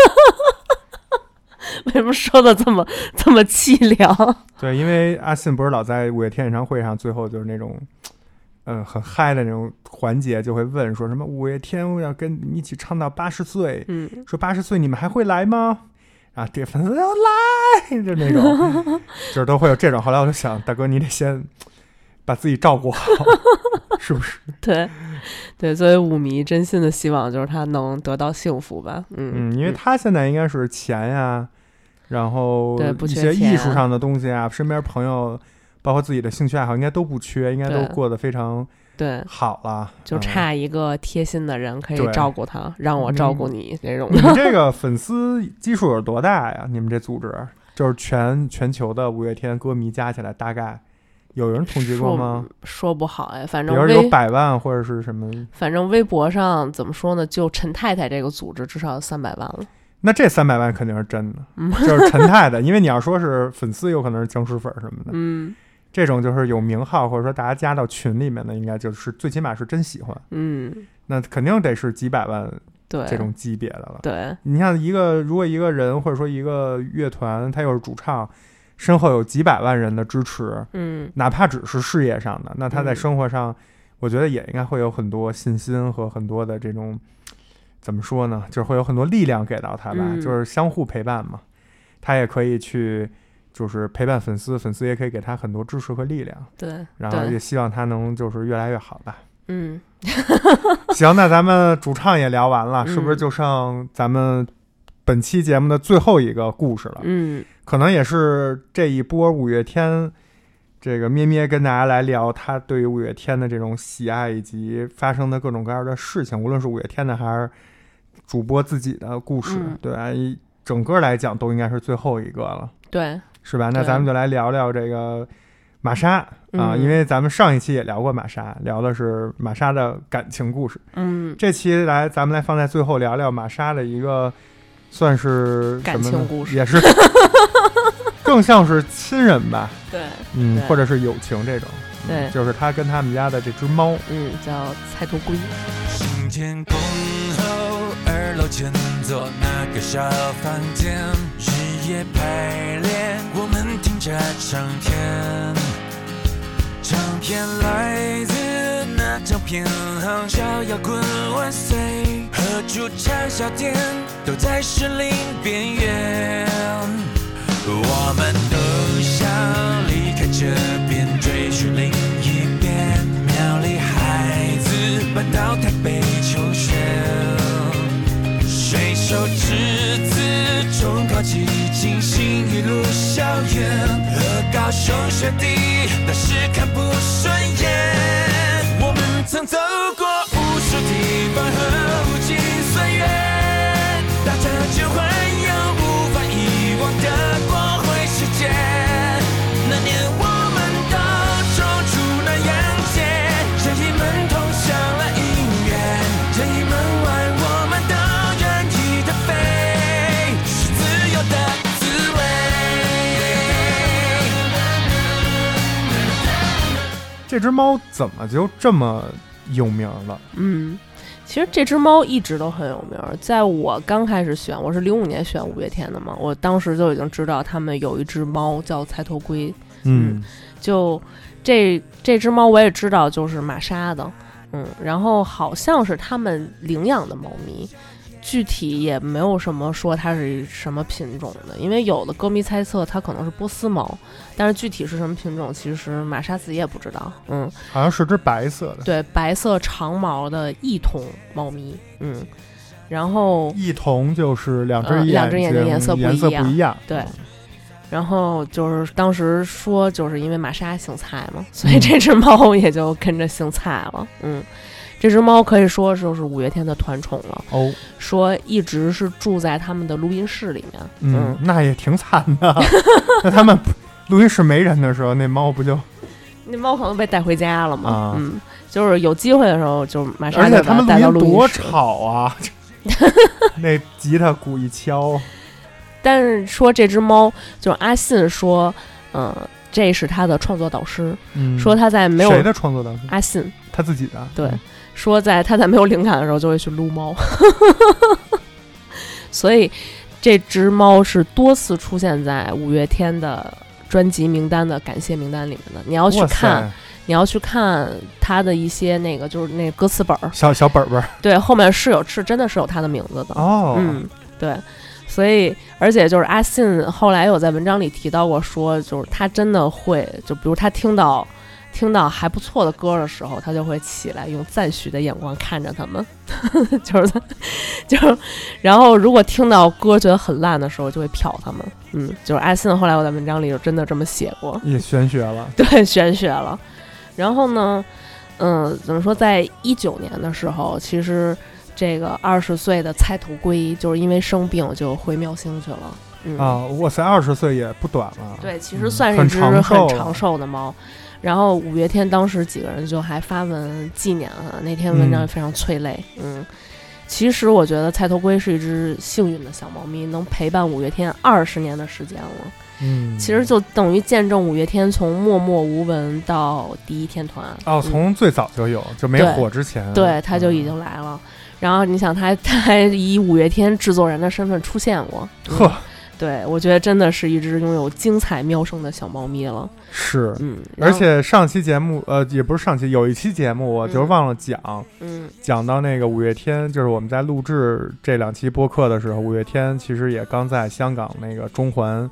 [SPEAKER 3] 为什么说的这么这么凄凉？
[SPEAKER 2] 对，因为阿信不是老在五月天演唱会上，最后就是那种，嗯，很嗨的那种环节，就会问说什么五月天我要跟你一起唱到八十岁，
[SPEAKER 3] 嗯，
[SPEAKER 2] 说八十岁你们还会来吗？啊，这粉丝要来，就那种，就是都会有这种。后来我就想，大哥，你得先把自己照顾好，是不是？
[SPEAKER 3] 对，对，作为舞迷，真心的希望就是他能得到幸福吧。嗯
[SPEAKER 2] 嗯，因为他现在应该是钱呀，然后一些艺术上的东西啊，身边朋友，包括自己的兴趣爱好，应该都不缺，应该都过得非常。对，好了，
[SPEAKER 3] 就差一个贴心的人可以照顾他，嗯、让我照顾你那种。
[SPEAKER 2] 你们这个粉丝基数有多大呀？你们这组织就是全全球的五月天歌迷加起来，大概有人统计过吗？
[SPEAKER 3] 说, 说不好哎，反正
[SPEAKER 2] 比如有百万或者是什么。
[SPEAKER 3] 反正微博上怎么说呢？就陈太太这个组织至少有三百万了。
[SPEAKER 2] 那这三百万肯定是真的，嗯、就是陈太太，因为你要说是粉丝，有可能是僵尸粉什么的。
[SPEAKER 3] 嗯。
[SPEAKER 2] 这种就是有名号或者说大家加到群里面的，应该就是最起码是真喜欢。
[SPEAKER 3] 嗯，
[SPEAKER 2] 那肯定得是几百万
[SPEAKER 3] 对
[SPEAKER 2] 这种级别的了。
[SPEAKER 3] 对，
[SPEAKER 2] 你像一个如果一个人或者说一个乐团，他又是主唱，身后有几百万人的支持，
[SPEAKER 3] 嗯，
[SPEAKER 2] 哪怕只是事业上的，那他在生活上，嗯、我觉得也应该会有很多信心和很多的这种怎么说呢，就是会有很多力量给到他吧，
[SPEAKER 3] 嗯、
[SPEAKER 2] 就是相互陪伴嘛。他也可以去。 就是陪伴粉丝，粉丝也可以给他很多支持和力量。
[SPEAKER 3] 对，
[SPEAKER 2] 然后也希望他能就是越来越好吧。
[SPEAKER 3] 嗯，
[SPEAKER 2] 行，那咱们主唱也聊完了，
[SPEAKER 3] 嗯、
[SPEAKER 2] 是不是就剩咱们本期节目的最后一个故事了？
[SPEAKER 3] 嗯，
[SPEAKER 2] 可能也是这一波五月天，这个咩咩跟大家来聊他对于五月天的这种喜爱以及发生的各种各样的事情，无论是五月天的还是主播自己的故事，
[SPEAKER 3] 嗯、
[SPEAKER 2] 对啊，整个来讲都应该是最后一个了，
[SPEAKER 3] 对，
[SPEAKER 2] 是吧？那咱们就来聊聊这个玛莎啊、
[SPEAKER 3] 嗯，
[SPEAKER 2] 因为咱们上一期也聊过玛莎，聊的是玛莎的感情故事。
[SPEAKER 3] 嗯，
[SPEAKER 2] 这期来咱们来放在最后聊聊玛莎的一个算是
[SPEAKER 3] 感情故事，
[SPEAKER 2] 也是更像是亲人吧。
[SPEAKER 3] 对，
[SPEAKER 2] 嗯，或者是友情这种。
[SPEAKER 3] 对、
[SPEAKER 2] 嗯，就是他跟他们家的这只猫，
[SPEAKER 3] 嗯，叫菜头龟。
[SPEAKER 1] 新天恭候二楼前座那个小房间，日夜排练，我们听着唱片，唱片来自那张偏航小摇滚万岁，和主唱小店都在士林边缘，我们都想离开这边，追寻另一边，苗栗孩子搬到台北求学，水手之子中考基金星一路校园，和高雄学弟那是看不顺眼，我们曾走过无数地方和无尽岁月，大家就环游无法遗忘的光辉世界，那年我们都冲出南阳街，任意门通向了姻缘，任意门外我们都愿意的飞，是自由的滋味。
[SPEAKER 2] 这只猫怎么就这么有名了？
[SPEAKER 3] 嗯，其实这只猫一直都很有名，在我刚开始选，我是零五年选五月天的嘛，我当时就已经知道他们有一只猫叫菜头龟。
[SPEAKER 2] 嗯，
[SPEAKER 3] 嗯就这这只猫我也知道就是玛莎的，嗯，然后好像是他们领养的猫咪，具体也没有什么说它是什么品种的，因为有的歌迷猜测它可能是波斯猫，但是具体是什么品种，其实玛莎自己也不知道。嗯，
[SPEAKER 2] 好像是只白色的，
[SPEAKER 3] 对，白色长毛的异瞳猫咪。嗯，然后
[SPEAKER 2] 异瞳就是两只眼睛、
[SPEAKER 3] 呃、两只眼睛颜色不一样，
[SPEAKER 2] 颜色不一样，
[SPEAKER 3] 对。然后就是当时说，就是因为玛莎姓蔡嘛，所以这只猫也就跟着姓蔡了。嗯，这只猫可以说就是五月天的团宠了。
[SPEAKER 2] 哦，
[SPEAKER 3] 说一直是住在他们的录音室里面。
[SPEAKER 2] 嗯，嗯那也挺惨的。那他们录音室没人的时候，那猫不就
[SPEAKER 3] 那猫可能被带回家了嘛？
[SPEAKER 2] 啊、
[SPEAKER 3] 嗯，就是有机会的时候，就玛莎
[SPEAKER 2] 而且他们
[SPEAKER 3] 带到录音室。
[SPEAKER 2] 多吵啊！那吉他鼓一敲。
[SPEAKER 3] 但是说这只猫，就是阿信说，嗯、呃，这是他的创作导师，
[SPEAKER 2] 嗯、
[SPEAKER 3] 说他在没有
[SPEAKER 2] 谁的创作导师？
[SPEAKER 3] 阿信
[SPEAKER 2] 他自己的。
[SPEAKER 3] 对，
[SPEAKER 2] 嗯、
[SPEAKER 3] 说在他在没有灵感的时候就会去撸猫，所以这只猫是多次出现在五月天的专辑名单的感谢名单里面的。你要去看，你要去看他的一些那个就是那个歌词本儿，
[SPEAKER 2] 小小本本，
[SPEAKER 3] 对，后面是有是真的是有他的名字的。
[SPEAKER 2] 哦，
[SPEAKER 3] 嗯，对。所以，而且就是阿信后来有在文章里提到过说，就是他真的会，就比如他听到听到还不错的歌的时候，他就会起来用赞许的眼光看着他们，就是就是，然后如果听到歌觉得很烂的时候，就会瞟他们。嗯，就是阿信后来我在文章里就真的这么写过，
[SPEAKER 2] 也玄学了，
[SPEAKER 3] 对，玄学了。然后呢，嗯，怎么说，在一九年的时候，其实。这个二十岁的菜头龟就是因为生病就回妙星去了。嗯
[SPEAKER 2] 啊，哇塞，二十岁也不短了。
[SPEAKER 3] 对，其实算是一只很长寿的猫。嗯、然后五月天当时几个人就还发文纪念了，那篇文章非常催泪。嗯，嗯其实我觉得菜头龟是一只幸运的小猫咪，能陪伴五月天二十年的时间了。
[SPEAKER 2] 嗯，
[SPEAKER 3] 其实就等于见证五月天从默默无闻到第一天团。
[SPEAKER 2] 哦，从最早就有，嗯、就没火之前，
[SPEAKER 3] 对，他就已经来了。嗯然后你想他，他还以五月天制作人的身份出现过，
[SPEAKER 2] 呵、嗯，
[SPEAKER 3] 对我觉得真的是一只拥有精彩妙声的小猫咪了。
[SPEAKER 2] 是，
[SPEAKER 3] 嗯，
[SPEAKER 2] 而且上期节目，呃，也不是上期，有一期节目我就忘了讲，
[SPEAKER 3] 嗯，
[SPEAKER 2] 讲到那个五月天，就是我们在录制这两期播客的时候，五月天其实也刚在香港那个中环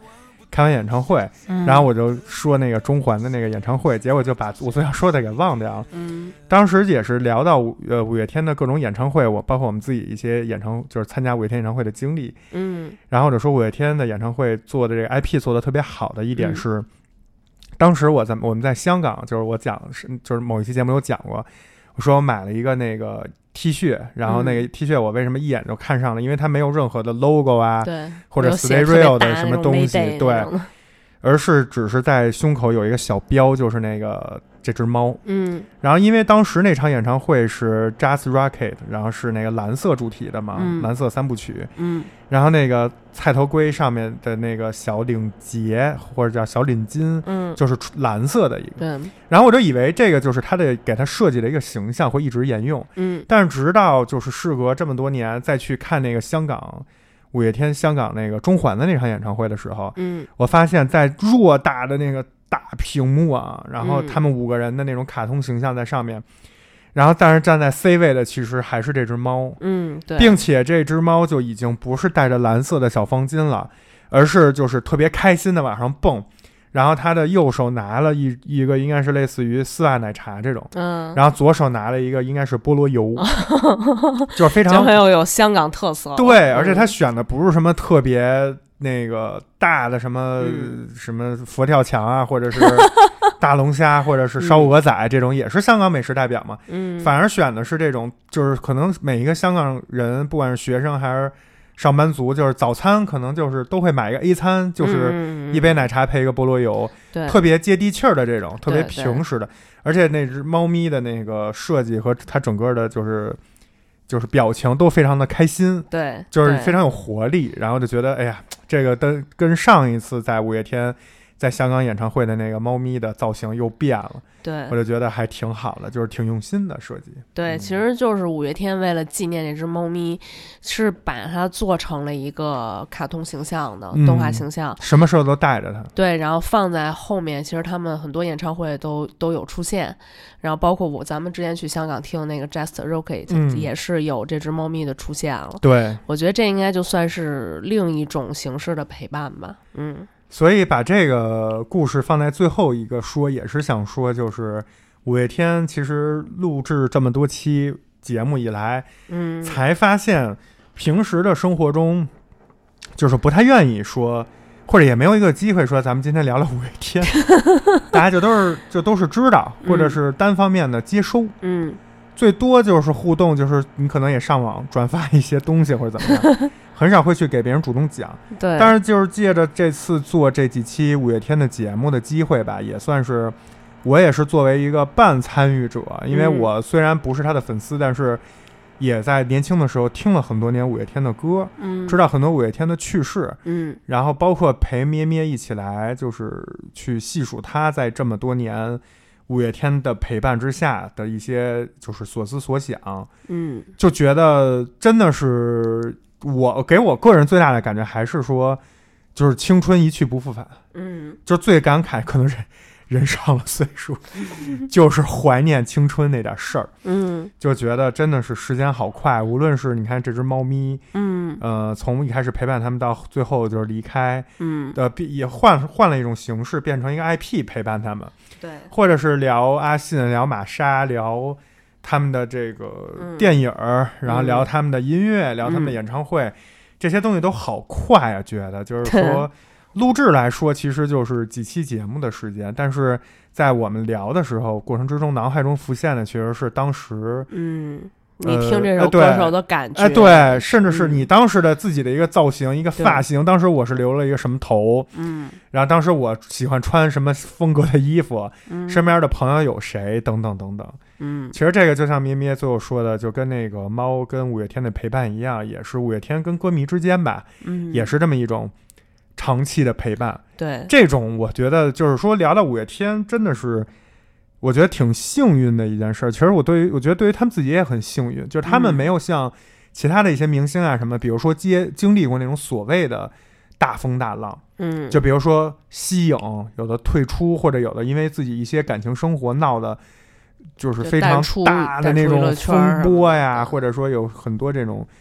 [SPEAKER 2] 开完演唱会，
[SPEAKER 3] 嗯、
[SPEAKER 2] 然后我就说那个中环的那个演唱会，结果就把我最想说的给忘掉了。
[SPEAKER 3] 嗯，
[SPEAKER 2] 当时也是聊到五呃五月天的各种演唱会，我包括我们自己一些演唱就是参加五月天演唱会的经历，
[SPEAKER 3] 嗯，
[SPEAKER 2] 然后我就说五月天的演唱会做的这个 I P 做的特别好的一点是。嗯，当时我在我们在香港，就是我讲是就是某一期节目有讲过，我说我买了一个那个 T 恤，然后那个 T 恤我为什么一眼就看上了，因为它没有任何的 logo 啊，
[SPEAKER 3] 对，
[SPEAKER 2] 或者 Stay Real 的什么东西，对，而是只是在胸口有一个小标，就是那个这只猫。
[SPEAKER 3] 嗯，
[SPEAKER 2] 然后因为当时那场演唱会是 Just Rocket， 然后是那个蓝色主题的嘛，
[SPEAKER 3] 嗯、
[SPEAKER 2] 蓝色三部曲。
[SPEAKER 3] 嗯，
[SPEAKER 2] 然后那个菜头龟上面的那个小领结或者叫小领巾，
[SPEAKER 3] 嗯，
[SPEAKER 2] 就是蓝色的一个。
[SPEAKER 3] 对。
[SPEAKER 2] 然后我就以为这个就是他的给他设计的一个形象会一直沿用。
[SPEAKER 3] 嗯。
[SPEAKER 2] 但是直到就是事隔这么多年再去看那个香港五月天香港那个中环的那场演唱会的时候，
[SPEAKER 3] 嗯，
[SPEAKER 2] 我发现在偌大的那个大屏幕啊，然后他们五个人的那种卡通形象在上面。嗯，然后但是站在 C 位的其实还是这只猫，
[SPEAKER 3] 嗯，对，
[SPEAKER 2] 并且这只猫就已经不是带着蓝色的小方巾了，而是就是特别开心的往上蹦，然后他的右手拿了一一个应该是类似于丝袜奶茶这种，
[SPEAKER 3] 嗯，
[SPEAKER 2] 然后左手拿了一个应该是菠萝油，就是非常
[SPEAKER 3] 就很有有香港特色，
[SPEAKER 2] 对，而且他选的不是什么特别那个大的什么、嗯、什么佛跳墙啊，或者是大龙虾或者是烧鹅仔、嗯、这种也是香港美食代表嘛，
[SPEAKER 3] 嗯，
[SPEAKER 2] 反而选的是这种就是可能每一个香港人不管是学生还是上班族，就是早餐可能就是都会买一个 A 餐，就是一杯奶茶配一个菠萝油，
[SPEAKER 3] 对、嗯，
[SPEAKER 2] 特别接地气儿的这种特别平时的，而且那只猫咪的那个设计和它整个的就是就是表情都非常的开心，
[SPEAKER 3] 对，
[SPEAKER 2] 就是非常有活力，然后就觉得哎呀，这个跟跟上一次在五月天在香港演唱会的那个猫咪的造型又变了，
[SPEAKER 3] 对，
[SPEAKER 2] 我就觉得还挺好的，就是挺用心的设计。
[SPEAKER 3] 对、
[SPEAKER 2] 嗯、
[SPEAKER 3] 其实就是五月天为了纪念这只猫咪，是把它做成了一个卡通形象的、嗯、动画形象，
[SPEAKER 2] 什么时候都带着它。
[SPEAKER 3] 对，然后放在后面，其实他们很多演唱会都都有出现，然后包括我咱们之前去香港听那个 Just Rocket、嗯、也是有这只猫咪的出现了。
[SPEAKER 2] 对，
[SPEAKER 3] 我觉得这应该就算是另一种形式的陪伴吧。嗯。
[SPEAKER 2] 所以把这个故事放在最后一个说，也是想说，就是五月天其实录制这么多期节目以来，
[SPEAKER 3] 嗯，
[SPEAKER 2] 才发现平时的生活中就是不太愿意说，或者也没有一个机会说咱们今天聊聊五月天，大家就都是就都是知道，或者是单方面的接收，
[SPEAKER 3] 嗯，
[SPEAKER 2] 最多就是互动，就是你可能也上网转发一些东西或者怎么样。很少会去给别人主动讲，
[SPEAKER 3] 对。
[SPEAKER 2] 但是就是借着这次做这几期五月天的节目的机会吧，也算是我也是作为一个半参与者，因为我虽然不是他的粉丝，嗯、但是也在年轻的时候听了很多年五月天的歌，
[SPEAKER 3] 嗯，
[SPEAKER 2] 知道很多五月天的趣事，
[SPEAKER 3] 嗯，
[SPEAKER 2] 然后包括陪咩咩一起来，就是去细数他在这么多年五月天的陪伴之下的一些就是所思所想，
[SPEAKER 3] 嗯，
[SPEAKER 2] 就觉得真的是。我给我个人最大的感觉还是说，就是青春一去不复返。
[SPEAKER 3] 嗯，
[SPEAKER 2] 就最感慨，可能人人上了岁数，就是怀念青春那点事儿。
[SPEAKER 3] 嗯，
[SPEAKER 2] 就觉得真的是时间好快。无论是你看这只猫咪，
[SPEAKER 3] 嗯，
[SPEAKER 2] 呃，从一开始陪伴他们到最后就是离开，
[SPEAKER 3] 嗯，
[SPEAKER 2] 呃，也换换了一种形式，变成一个 I P 陪伴他们。
[SPEAKER 3] 对，
[SPEAKER 2] 或者是聊阿信，聊玛莎，聊。他们的这个电影、嗯、然后聊他们的音乐、嗯、聊他们的演唱会、嗯、这些东西都好快啊，觉得就是说录制来说其实就是几期节目的时间，但是在我们聊的时候过程之中脑海中浮现的其实是当时
[SPEAKER 3] 嗯你听这首歌手的感觉，
[SPEAKER 2] 哎、呃，对，甚至是你当时的自己的一个造型、嗯、一个发型，当时我是留了一个什么头，
[SPEAKER 3] 嗯，
[SPEAKER 2] 然后当时我喜欢穿什么风格的衣服，
[SPEAKER 3] 嗯，
[SPEAKER 2] 身边的朋友有谁，等等等等，
[SPEAKER 3] 嗯，
[SPEAKER 2] 其实这个就像咩咩最后说的，就跟那个猫跟五月天的陪伴一样，也是五月天跟歌迷之间吧，
[SPEAKER 3] 嗯，
[SPEAKER 2] 也是这么一种长期的陪伴，
[SPEAKER 3] 对，
[SPEAKER 2] 这种我觉得就是说聊到五月天，真的是。我觉得挺幸运的一件事。其实我对于我觉得对于他们自己也很幸运，就是他们没有像其他的一些明星啊什么，嗯、比如说接经历过那种所谓的大风大浪，
[SPEAKER 3] 嗯，
[SPEAKER 2] 就比如说息影，有的退出，或者有的因为自己一些感情生活闹的，就是非常大的那种风波呀，或者说有很多这种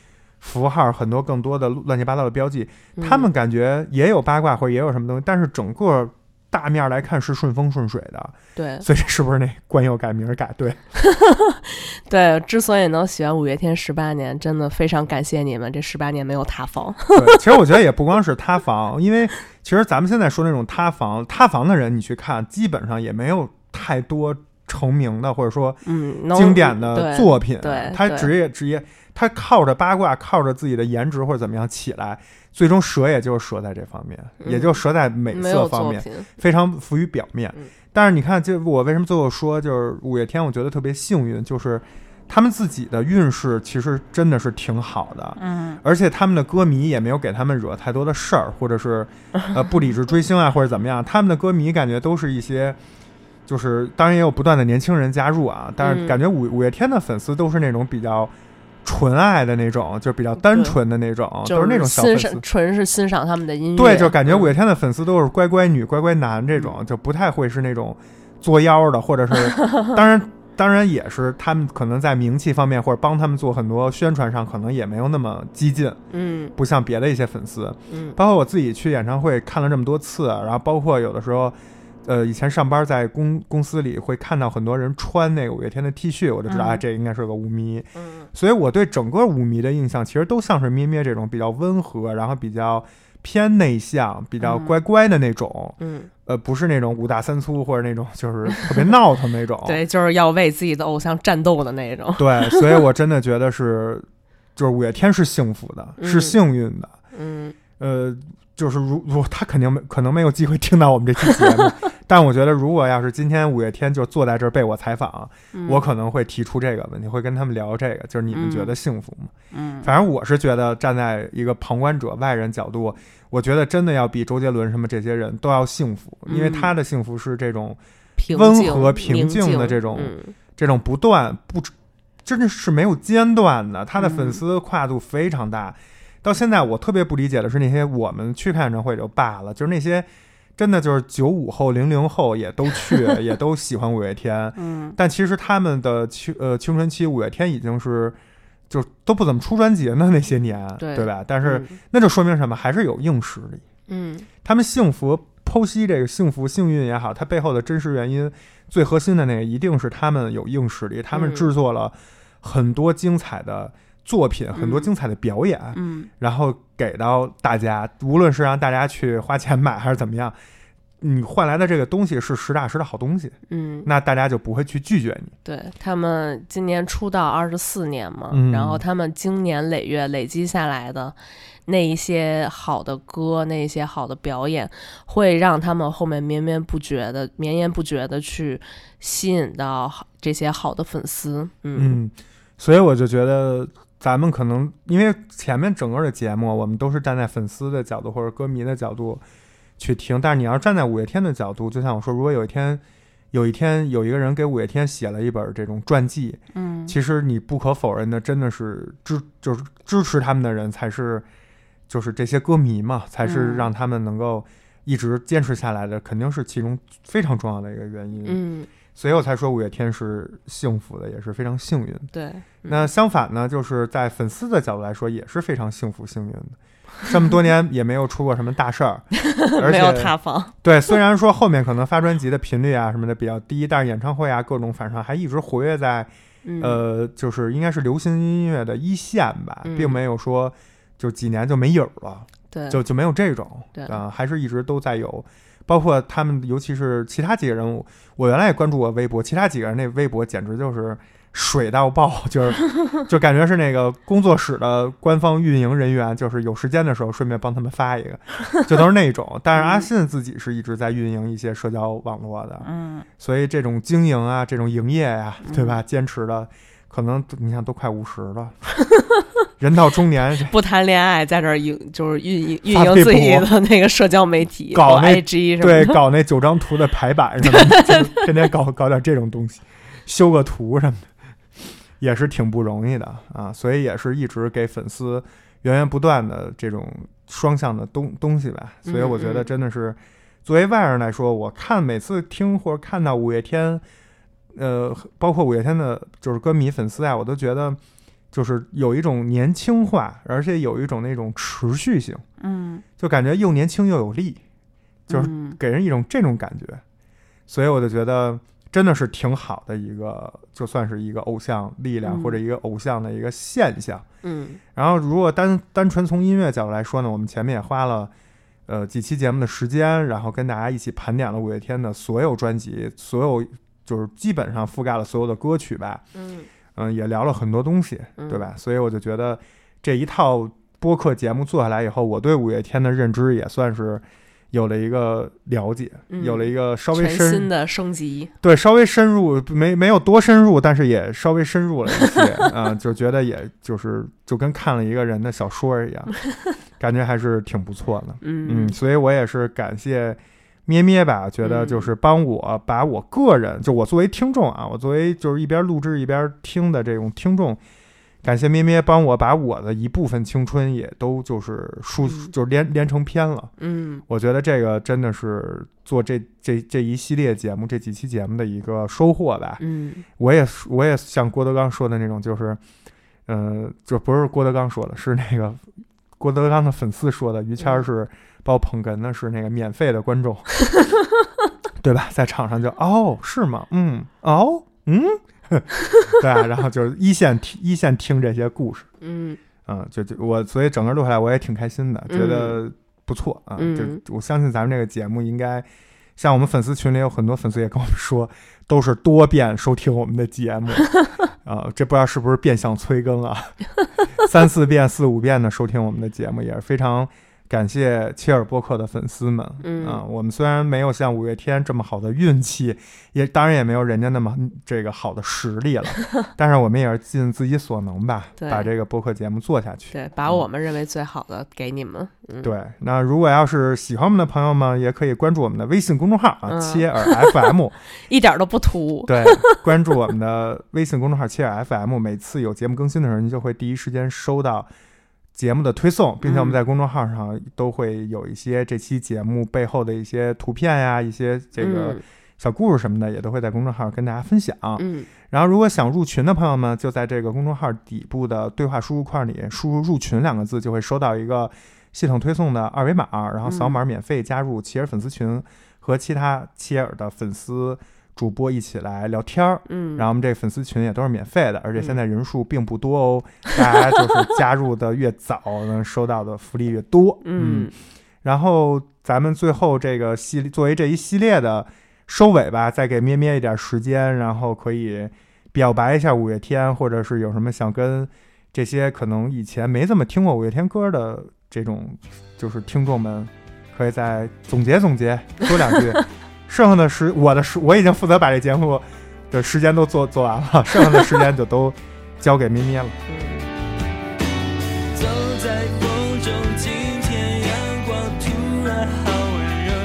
[SPEAKER 2] 符号，很多更多的乱七八糟的标记，
[SPEAKER 3] 嗯、
[SPEAKER 2] 他们感觉也有八卦或者也有什么东西，但是整个大面来看是顺风顺水的。
[SPEAKER 3] 对，
[SPEAKER 2] 所以是不是那官又改名改对？
[SPEAKER 3] 对，之所以能喜欢五月天十八年，真的非常感谢你们，这十八年没有塌房。
[SPEAKER 2] 对，其实我觉得也不光是塌房，因为其实咱们现在说那种塌房，塌房的人你去看，基本上也没有太多成名的或者说经典的作品，
[SPEAKER 3] 嗯、对，对
[SPEAKER 2] 他职业职业，他靠着八卦，靠着自己的颜值或者怎么样起来，最终折也就是折在这方面，嗯、也就折在美色方面，非常浮于表面。
[SPEAKER 3] 嗯、
[SPEAKER 2] 但是你看，就我为什么最后说，就是五月天，我觉得特别幸运，就是他们自己的运势其实真的是挺好的，
[SPEAKER 3] 嗯，
[SPEAKER 2] 而且他们的歌迷也没有给他们惹太多的事儿，或者是呃不理智追星啊，或者怎么样，他们的歌迷感觉都是一些。就是当然也有不断的年轻人加入啊，但是感觉五五月天的粉丝都是那种比较纯爱的那种，就是比较单纯的那种，都是那种小粉丝，
[SPEAKER 3] 纯是欣赏他们的音乐。
[SPEAKER 2] 对，就感觉五月天的粉丝都是乖乖女、乖乖男这种，就不太会是那种作妖的，或者是当然当然也是他们可能在名气方面或者帮他们做很多宣传上，可能也没有那么激进，
[SPEAKER 3] 嗯，
[SPEAKER 2] 不像别的一些粉丝，
[SPEAKER 3] 嗯，
[SPEAKER 2] 包括我自己去演唱会看了这么多次，然后包括有的时候。呃，以前上班在公公司里会看到很多人穿那个五月天的 T 恤，我就知道、嗯、啊，这应该是个舞迷。
[SPEAKER 3] 嗯，
[SPEAKER 2] 所以我对整个舞迷的印象其实都像是咩咩这种比较温和，然后比较偏内向、比较乖乖的那种。
[SPEAKER 3] 嗯，
[SPEAKER 2] 呃，不是那种五大三粗或者那种就是特别闹腾那种。
[SPEAKER 3] 对，就是要为自己的偶像战斗的那种。
[SPEAKER 2] 对，所以我真的觉得是，就是五月天是幸福的，
[SPEAKER 3] 嗯、
[SPEAKER 2] 是幸运的。
[SPEAKER 3] 嗯，
[SPEAKER 2] 呃。就是如如他肯定没可能没有机会听到我们这期节目，但我觉得如果要是今天五月天就坐在这儿被我采访、
[SPEAKER 3] 嗯，
[SPEAKER 2] 我可能会提出这个问题，会跟他们聊这个，就是你们觉得幸福吗？
[SPEAKER 3] 嗯，
[SPEAKER 2] 反正我是觉得站在一个旁观者、外人角度，我觉得真的要比周杰伦什么这些人都要幸福，因为他的幸福是这种温和平静的这种、
[SPEAKER 3] 嗯、
[SPEAKER 2] 这种不断不真的是没有间断的，他的粉丝跨度非常大。嗯，到现在我特别不理解的是那些我们去看演唱会就罢了，就是那些真的就是九五后零零后也都去也都喜欢五月天，
[SPEAKER 3] 嗯，
[SPEAKER 2] 但其实他们的青呃青春期五月天已经是就都不怎么出专辑的那些年， 对, 对吧？但是、嗯、那就说明什么？还是有硬实力。
[SPEAKER 3] 嗯，
[SPEAKER 2] 他们幸福剖析这个幸福幸运也好，它背后的真实原因最核心的那个一定是他们有硬实力，他们制作了很多精彩的作品，很多精彩的表演，
[SPEAKER 3] 嗯，
[SPEAKER 2] 然后给到大家，无论是让大家去花钱买还是怎么样，你换来的这个东西是实打实的好东西，
[SPEAKER 3] 嗯，
[SPEAKER 2] 那大家就不会去拒绝你。
[SPEAKER 3] 对，他们今年出道二十四年嘛、
[SPEAKER 2] 嗯，
[SPEAKER 3] 然后他们经年累月累积下来的那一些好的歌，那一些好的表演，会让他们后面绵绵不绝的、绵延不绝的去吸引到这些好的粉丝。嗯，
[SPEAKER 2] 嗯，所以我就觉得。咱们可能因为前面整个的节目我们都是站在粉丝的角度或者歌迷的角度去听，但是你要站在五月天的角度，就像我说，如果有一天有一天有一个人给五月天写了一本这种传记，
[SPEAKER 3] 嗯，
[SPEAKER 2] 其实你不可否认的真的是支就是支持他们的人才是就是这些歌迷嘛，才是让他们能够一直坚持下来的、嗯、肯定是其中非常重要的一个原因。
[SPEAKER 3] 嗯，
[SPEAKER 2] 所以我才说五月天是幸福的，也是非常幸运。
[SPEAKER 3] 对、嗯，
[SPEAKER 2] 那相反呢，就是在粉丝的角度来说，也是非常幸福幸运的。这么多年也没有出过什么大事儿，而且
[SPEAKER 3] 没有塌房。
[SPEAKER 2] 对，虽然说后面可能发专辑的频率啊什么的比较低，但是演唱会啊各种反正还一直活跃在、
[SPEAKER 3] 嗯、
[SPEAKER 2] 呃，就是应该是流行音乐的一线吧，
[SPEAKER 3] 嗯、
[SPEAKER 2] 并没有说就几年就没影了。
[SPEAKER 3] 对，
[SPEAKER 2] 就就没有这种，
[SPEAKER 3] 对啊、
[SPEAKER 2] 呃，还是一直都在有。包括他们，尤其是其他几个人物，我原来也关注过微博，其他几个人那微博简直就是水到爆，就是就感觉是那个工作室的官方运营人员，就是有时间的时候顺便帮他们发一个，就都是那种。但是阿信自己是一直在运营一些社交网络的，
[SPEAKER 3] 嗯，
[SPEAKER 2] 所以这种经营啊，这种营业呀、啊，对吧？
[SPEAKER 3] 嗯、
[SPEAKER 2] 坚持的，可能你看都快五十了。人到中年
[SPEAKER 3] 不谈恋爱，在这儿营就是运营运营自己的那个社交媒体，
[SPEAKER 2] 搞那
[SPEAKER 3] I G 什么
[SPEAKER 2] 对，搞那九张图的排版什么的，天天搞搞点这种东西，修个图什么的，也是挺不容易的啊。所以也是一直给粉丝源源不断的这种双向的东东西吧。所以我觉得真的是，作为外人来说，我看每次听或者看到五月天，呃，包括五月天的就是歌迷粉丝啊，我都觉得。 就是有一种年轻化，而且有一种那种持续性，
[SPEAKER 3] 嗯，
[SPEAKER 2] 就感觉又年轻又有力，就是给人一种这种感觉，
[SPEAKER 3] 嗯、
[SPEAKER 2] 所以我就觉得真的是挺好的一个，就算是一个偶像力量、
[SPEAKER 3] 嗯、
[SPEAKER 2] 或者一个偶像的一个现象。
[SPEAKER 3] 嗯，
[SPEAKER 2] 然后如果单单纯从音乐角度来说呢，我们前面也花了呃几期节目的时间，然后跟大家一起盘点了五月天的所有专辑，所有就是基本上覆盖了所有的歌曲吧。
[SPEAKER 3] 嗯
[SPEAKER 2] 嗯，也聊了很多东西，对吧？嗯、所以我就觉得这一套播客节目做下来以后，我对五月天的认知也算是有了一个了解，
[SPEAKER 3] 嗯、
[SPEAKER 2] 有了一个稍微深
[SPEAKER 3] 全新的升级。
[SPEAKER 2] 对，稍微深入，没没有多深入，但是也稍微深入了一些啊、呃，就觉得也就是就跟看了一个人的小说一样，感觉还是挺不错的。
[SPEAKER 3] 嗯
[SPEAKER 2] 嗯，所以我也是感谢咩咩吧，觉得就是帮我把我个人、嗯、就我作为听众啊，我作为就是一边录制一边听的这种听众，感谢咩咩帮我把我的一部分青春也都就是书、嗯、就是连连成篇了。
[SPEAKER 3] 嗯，
[SPEAKER 2] 我觉得这个真的是做这这这一系列节目这几期节目的一个收获吧。
[SPEAKER 3] 嗯，
[SPEAKER 2] 我也我也像郭德纲说的那种，就是呃就不是郭德纲说的，是那个郭德纲的粉丝说的，于谦是、嗯把我捧哏的是那个免费的观众，对吧？在场上就哦是吗？嗯哦嗯，对啊，然后就是一线听一线听这些故事，
[SPEAKER 3] 嗯
[SPEAKER 2] 嗯，就就我所以整个录下来我也挺开心的，
[SPEAKER 3] 嗯、
[SPEAKER 2] 觉得不错啊。
[SPEAKER 3] 嗯、
[SPEAKER 2] 就我相信咱们这个节目应该，像我们粉丝群里有很多粉丝也跟我们说，都是多遍收听我们的节目啊、呃，这不知道是不是变相催更啊？三四遍、四五遍的收听我们的节目也是非常。感谢切尔播客的粉丝们，
[SPEAKER 3] 嗯
[SPEAKER 2] 啊，我们虽然没有像五月天这么好的运气，也当然也没有人家那么这个好的实力了，但是我们也是尽自己所能吧，把这个播客节目做下去。
[SPEAKER 3] 对，把我们认为最好的给你们。嗯、
[SPEAKER 2] 对，那如果要是喜欢我们的朋友们，也可以关注我们的微信公众号啊，
[SPEAKER 3] 嗯、
[SPEAKER 2] 切尔 F M，
[SPEAKER 3] 一点都不突兀。
[SPEAKER 2] 对，关注我们的微信公众号切尔 F M， 每次有节目更新的时候，您就会第一时间收到节目的推送，并且我们在公众号上都会有一些这期节目背后的一些图片呀、一些这个小故事什么的，也都会在公众号跟大家分享。
[SPEAKER 3] 嗯，
[SPEAKER 2] 然后如果想入群的朋友们，就在这个公众号底部的对话输入框里输入入群两个字，就会收到一个系统推送的二维码，然后扫码免费加入切尔粉丝群，和其他切尔的粉丝主播一起来聊天儿，
[SPEAKER 3] 嗯，
[SPEAKER 2] 然后我们这个粉丝群也都是免费的，而且现在人数并不多哦，嗯、大家就是加入的越早，能收到的福利越多，
[SPEAKER 3] 嗯，
[SPEAKER 2] 嗯然后咱们最后这个系列作为这一系列的收尾吧，再给咩咩一点时间，然后可以表白一下五月天，或者是有什么想跟这些可能以前没怎么听过五月天歌的这种就是听众们，可以再总结总结说两句。剩下的时我的时我已经负责把这节目的时间都做做完了，剩下的时间就都交给咩咩了。
[SPEAKER 1] 走在风中，今天阳光突然好温柔，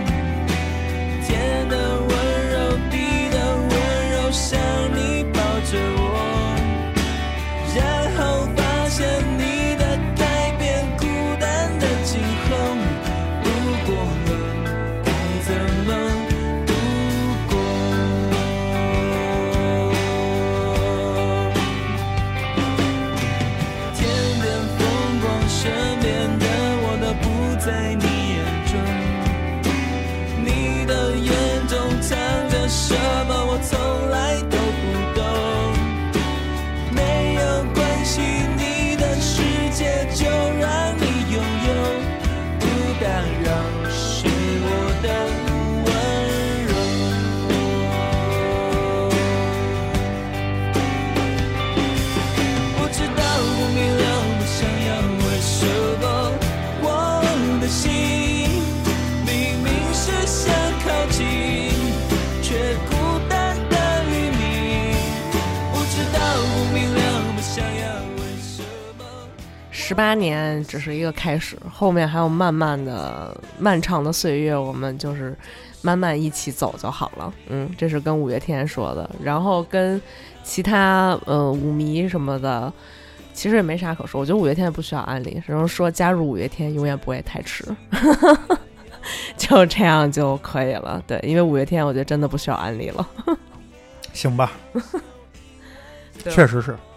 [SPEAKER 1] 天的温柔，地的温柔，像你抱着我，然后发现你的改变，孤单的今后，如果了该怎么在你眼中，你的眼中藏着什么我从来都不懂，没有关系，你的世界就让你拥有，不打扰是我的温柔。不知道不明了不想要为什么的心明明是想靠近，却孤单的黎明。不知道不明了不想要为什么。
[SPEAKER 3] 十八年只是一个开始，后面还有漫漫的漫长的岁月，我们就是慢慢一起走就好了。嗯，这是跟五月天说的，然后跟其他呃舞迷什么的。其实也没啥可说，我觉得五月天不需要安利，然后说加入五月天永远不会太迟，就这样就可以了。对，因为五月天我觉得真的不需要安利了。
[SPEAKER 2] 行吧，确实是，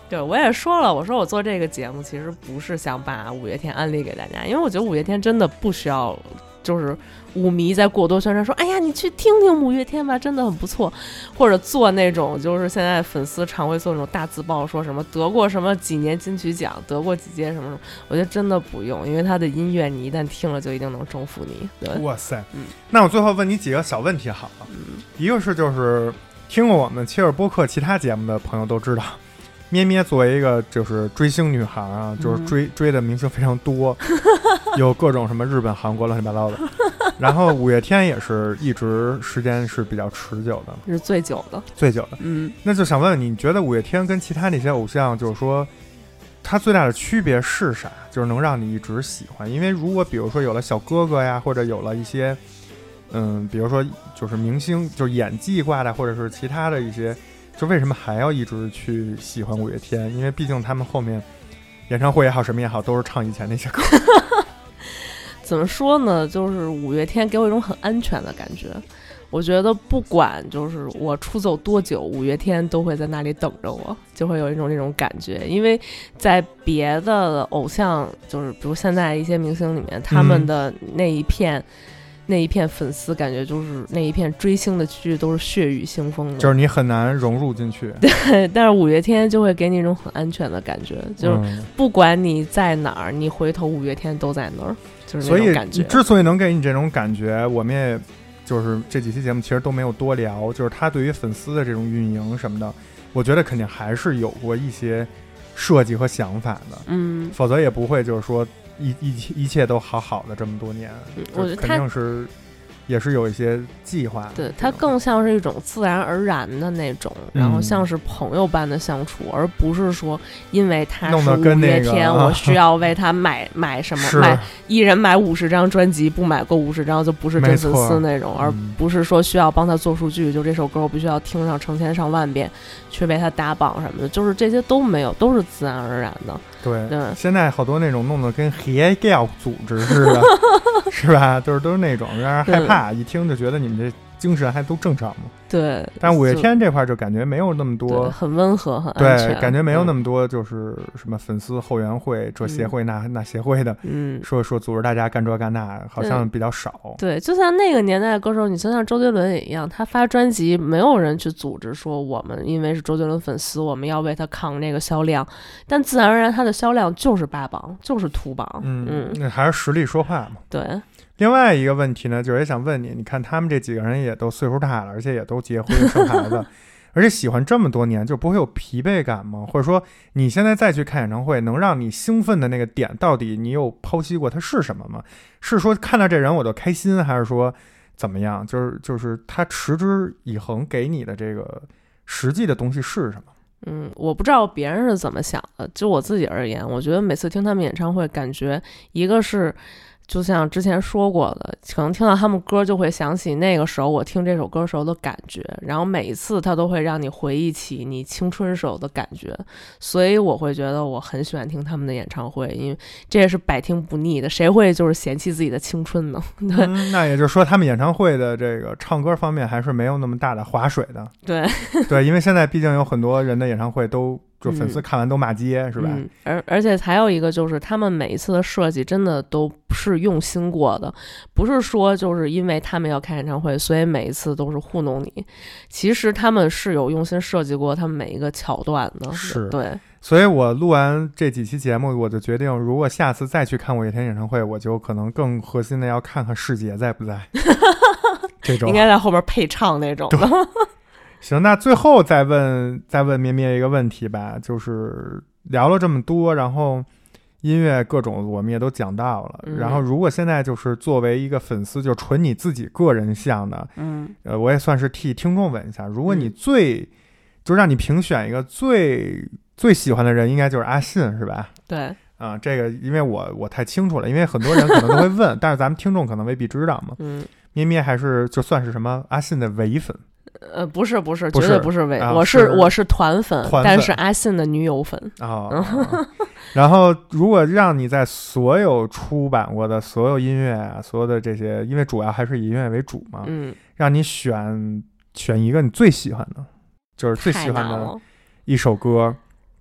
[SPEAKER 3] 对，我也说了，我说我做这个节目其实不是想把五月天安利给大家，因为我觉得五月天真的不需要就是舞迷在过多宣传说哎呀你去听听五月天吧真的很不错，或者做那种就是现在粉丝常会做那种大字报说什么得过什么几年金曲奖得过几届什么什么，我觉得真的不用，因为他的音乐你一旦听了就一定能征服你。对，
[SPEAKER 2] 哇塞、
[SPEAKER 3] 嗯、
[SPEAKER 2] 那我最后问你几个小问题好了、嗯、一个是就是听过我们切尔播客其他节目的朋友都知道，咩咩作为一个就是追星女孩啊，就是追、嗯、追的明星非常多，有各种什么日本韩国乱七八糟的，然后五月天也是一直时间是比较持久的，
[SPEAKER 3] 是最久的
[SPEAKER 2] 最久的。
[SPEAKER 3] 嗯，
[SPEAKER 2] 那就想问问你，你觉得五月天跟其他那些偶像就是说它最大的区别是啥，就是能让你一直喜欢？因为如果比如说有了小哥哥呀，或者有了一些嗯，比如说就是明星就是演技挂的，或者是其他的一些，就为什么还要一直去喜欢五月天？因为毕竟他们后面演唱会也好什么也好都是唱以前那些歌。
[SPEAKER 3] 怎么说呢，就是五月天给我一种很安全的感觉，我觉得不管就是我出走多久，五月天都会在那里等着我，就会有一种那种感觉。因为在别的偶像就是比如现在一些明星里面，他们的那一片、嗯那一片粉丝感觉就是那一片追星的区域都是血雨腥风的，
[SPEAKER 2] 就是你很难融入进去。
[SPEAKER 3] 对，但是五月天就会给你一种很安全的感觉，就是不管你在哪儿、嗯、你回头五月天都在那儿，就是那种感觉。
[SPEAKER 2] 所以之所以能给你这种感觉，我们也就是这几期节目其实都没有多聊，就是他对于粉丝的这种运营什么的，我觉得肯定还是有过一些设计和想法的，
[SPEAKER 3] 嗯，
[SPEAKER 2] 否则也不会就是说一一一切都好好的这么多年，
[SPEAKER 3] 我觉得
[SPEAKER 2] 肯定是也是有一些计划的。
[SPEAKER 3] 对，它更像是一种自然而然的那种、嗯、然后像是朋友般的相处，而不是说因为他是五月天、那个、我需要为他买买什么买一人买五十张专辑，不买够五十张就不是真粉丝那种，而不是说需要帮他做数据，就这首歌我必须要听上成千上万遍去为他打榜什么的，就是这些都没有，都是自然而然的。
[SPEAKER 2] 对，
[SPEAKER 3] 对，
[SPEAKER 2] 现在好多那种弄得跟邪教组织似的，是吧？就是都是那种让人害怕，一听就觉得你们这精神还都正常吗？
[SPEAKER 3] 对。
[SPEAKER 2] 但五月天这块就感觉没有那么多，
[SPEAKER 3] 很温和，很安全。
[SPEAKER 2] 对，感觉没有那么多，就是什么粉丝后援会、这协会、嗯、那那协会的，
[SPEAKER 3] 嗯，
[SPEAKER 2] 说说组织大家干这干那，好像比较少。
[SPEAKER 3] 对，就像那个年代的歌手，你就像周杰伦也一样，他发专辑，没有人去组织说我们因为是周杰伦粉丝，我们要为他扛那个销量，但自然而然他的销量就是霸榜，就是图榜。嗯嗯，
[SPEAKER 2] 那还是实力说话嘛。
[SPEAKER 3] 对。
[SPEAKER 2] 另外一个问题呢，就是也想问你，你看他们这几个人也都岁数大了，而且也都结婚生孩子，而且喜欢这么多年，就不会有疲惫感吗？或者说你现在再去看演唱会，能让你兴奋的那个点，到底你有剖析过它是什么吗？是说看到这人我就开心，还是说怎么样？就是就是他持之以恒给你的这个实际的东西是什么？
[SPEAKER 3] 嗯，我不知道别人是怎么想的，就我自己而言，我觉得每次听他们演唱会，感觉一个是就像之前说过的，可能听到他们歌就会想起那个时候我听这首歌时候的感觉，然后每一次它都会让你回忆起你青春时候的感觉，所以我会觉得我很喜欢听他们的演唱会，因为这也是百听不腻的，谁会就是嫌弃自己的青春呢？对、
[SPEAKER 2] 嗯，那也就是说他们演唱会的这个唱歌方面还是没有那么大的划水的。
[SPEAKER 3] 对
[SPEAKER 2] 对，因为现在毕竟有很多人的演唱会都就粉丝看完都骂街、嗯、是吧？
[SPEAKER 3] 嗯，而而且还有一个就是他们每一次的设计真的都是用心过的，不是说就是因为他们要开演唱会所以每一次都是糊弄你，其实他们是有用心设计过他们每一个桥段的。
[SPEAKER 2] 是，
[SPEAKER 3] 对，
[SPEAKER 2] 所以我录完这几期节目，我就决定如果下次再去看五月天演唱会，我就可能更核心的要看看世杰在不在这种应
[SPEAKER 3] 该在后边配唱那种的。
[SPEAKER 2] 行，那最后再问再问咩咩一个问题吧，就是聊了这么多，然后音乐各种我们也都讲到了、嗯、然后如果现在就是作为一个粉丝，就纯你自己个人向的，
[SPEAKER 3] 嗯，
[SPEAKER 2] 呃，我也算是替听众问一下，如果你最、嗯、就让你评选一个最最喜欢的人，应该就是阿信是吧？
[SPEAKER 3] 对
[SPEAKER 2] 啊、呃，这个因为我我太清楚了，因为很多人可能都会问但是咱们听众可能未必知道嘛。
[SPEAKER 3] 嗯，
[SPEAKER 2] 咩咩还是就算是什么阿信的唯粉？
[SPEAKER 3] 呃，不是不是，
[SPEAKER 2] 不是
[SPEAKER 3] 绝对不是伪、
[SPEAKER 2] 啊，
[SPEAKER 3] 我是我是团粉，
[SPEAKER 2] 团粉
[SPEAKER 3] 但是阿信的女友粉
[SPEAKER 2] 哦。然后，如果让你在所有出版过的所有音乐啊，所有的这些，因为主要还是以音乐为主嘛，
[SPEAKER 3] 嗯，
[SPEAKER 2] 让你选选一个你最喜欢的，就是最喜欢的一首歌，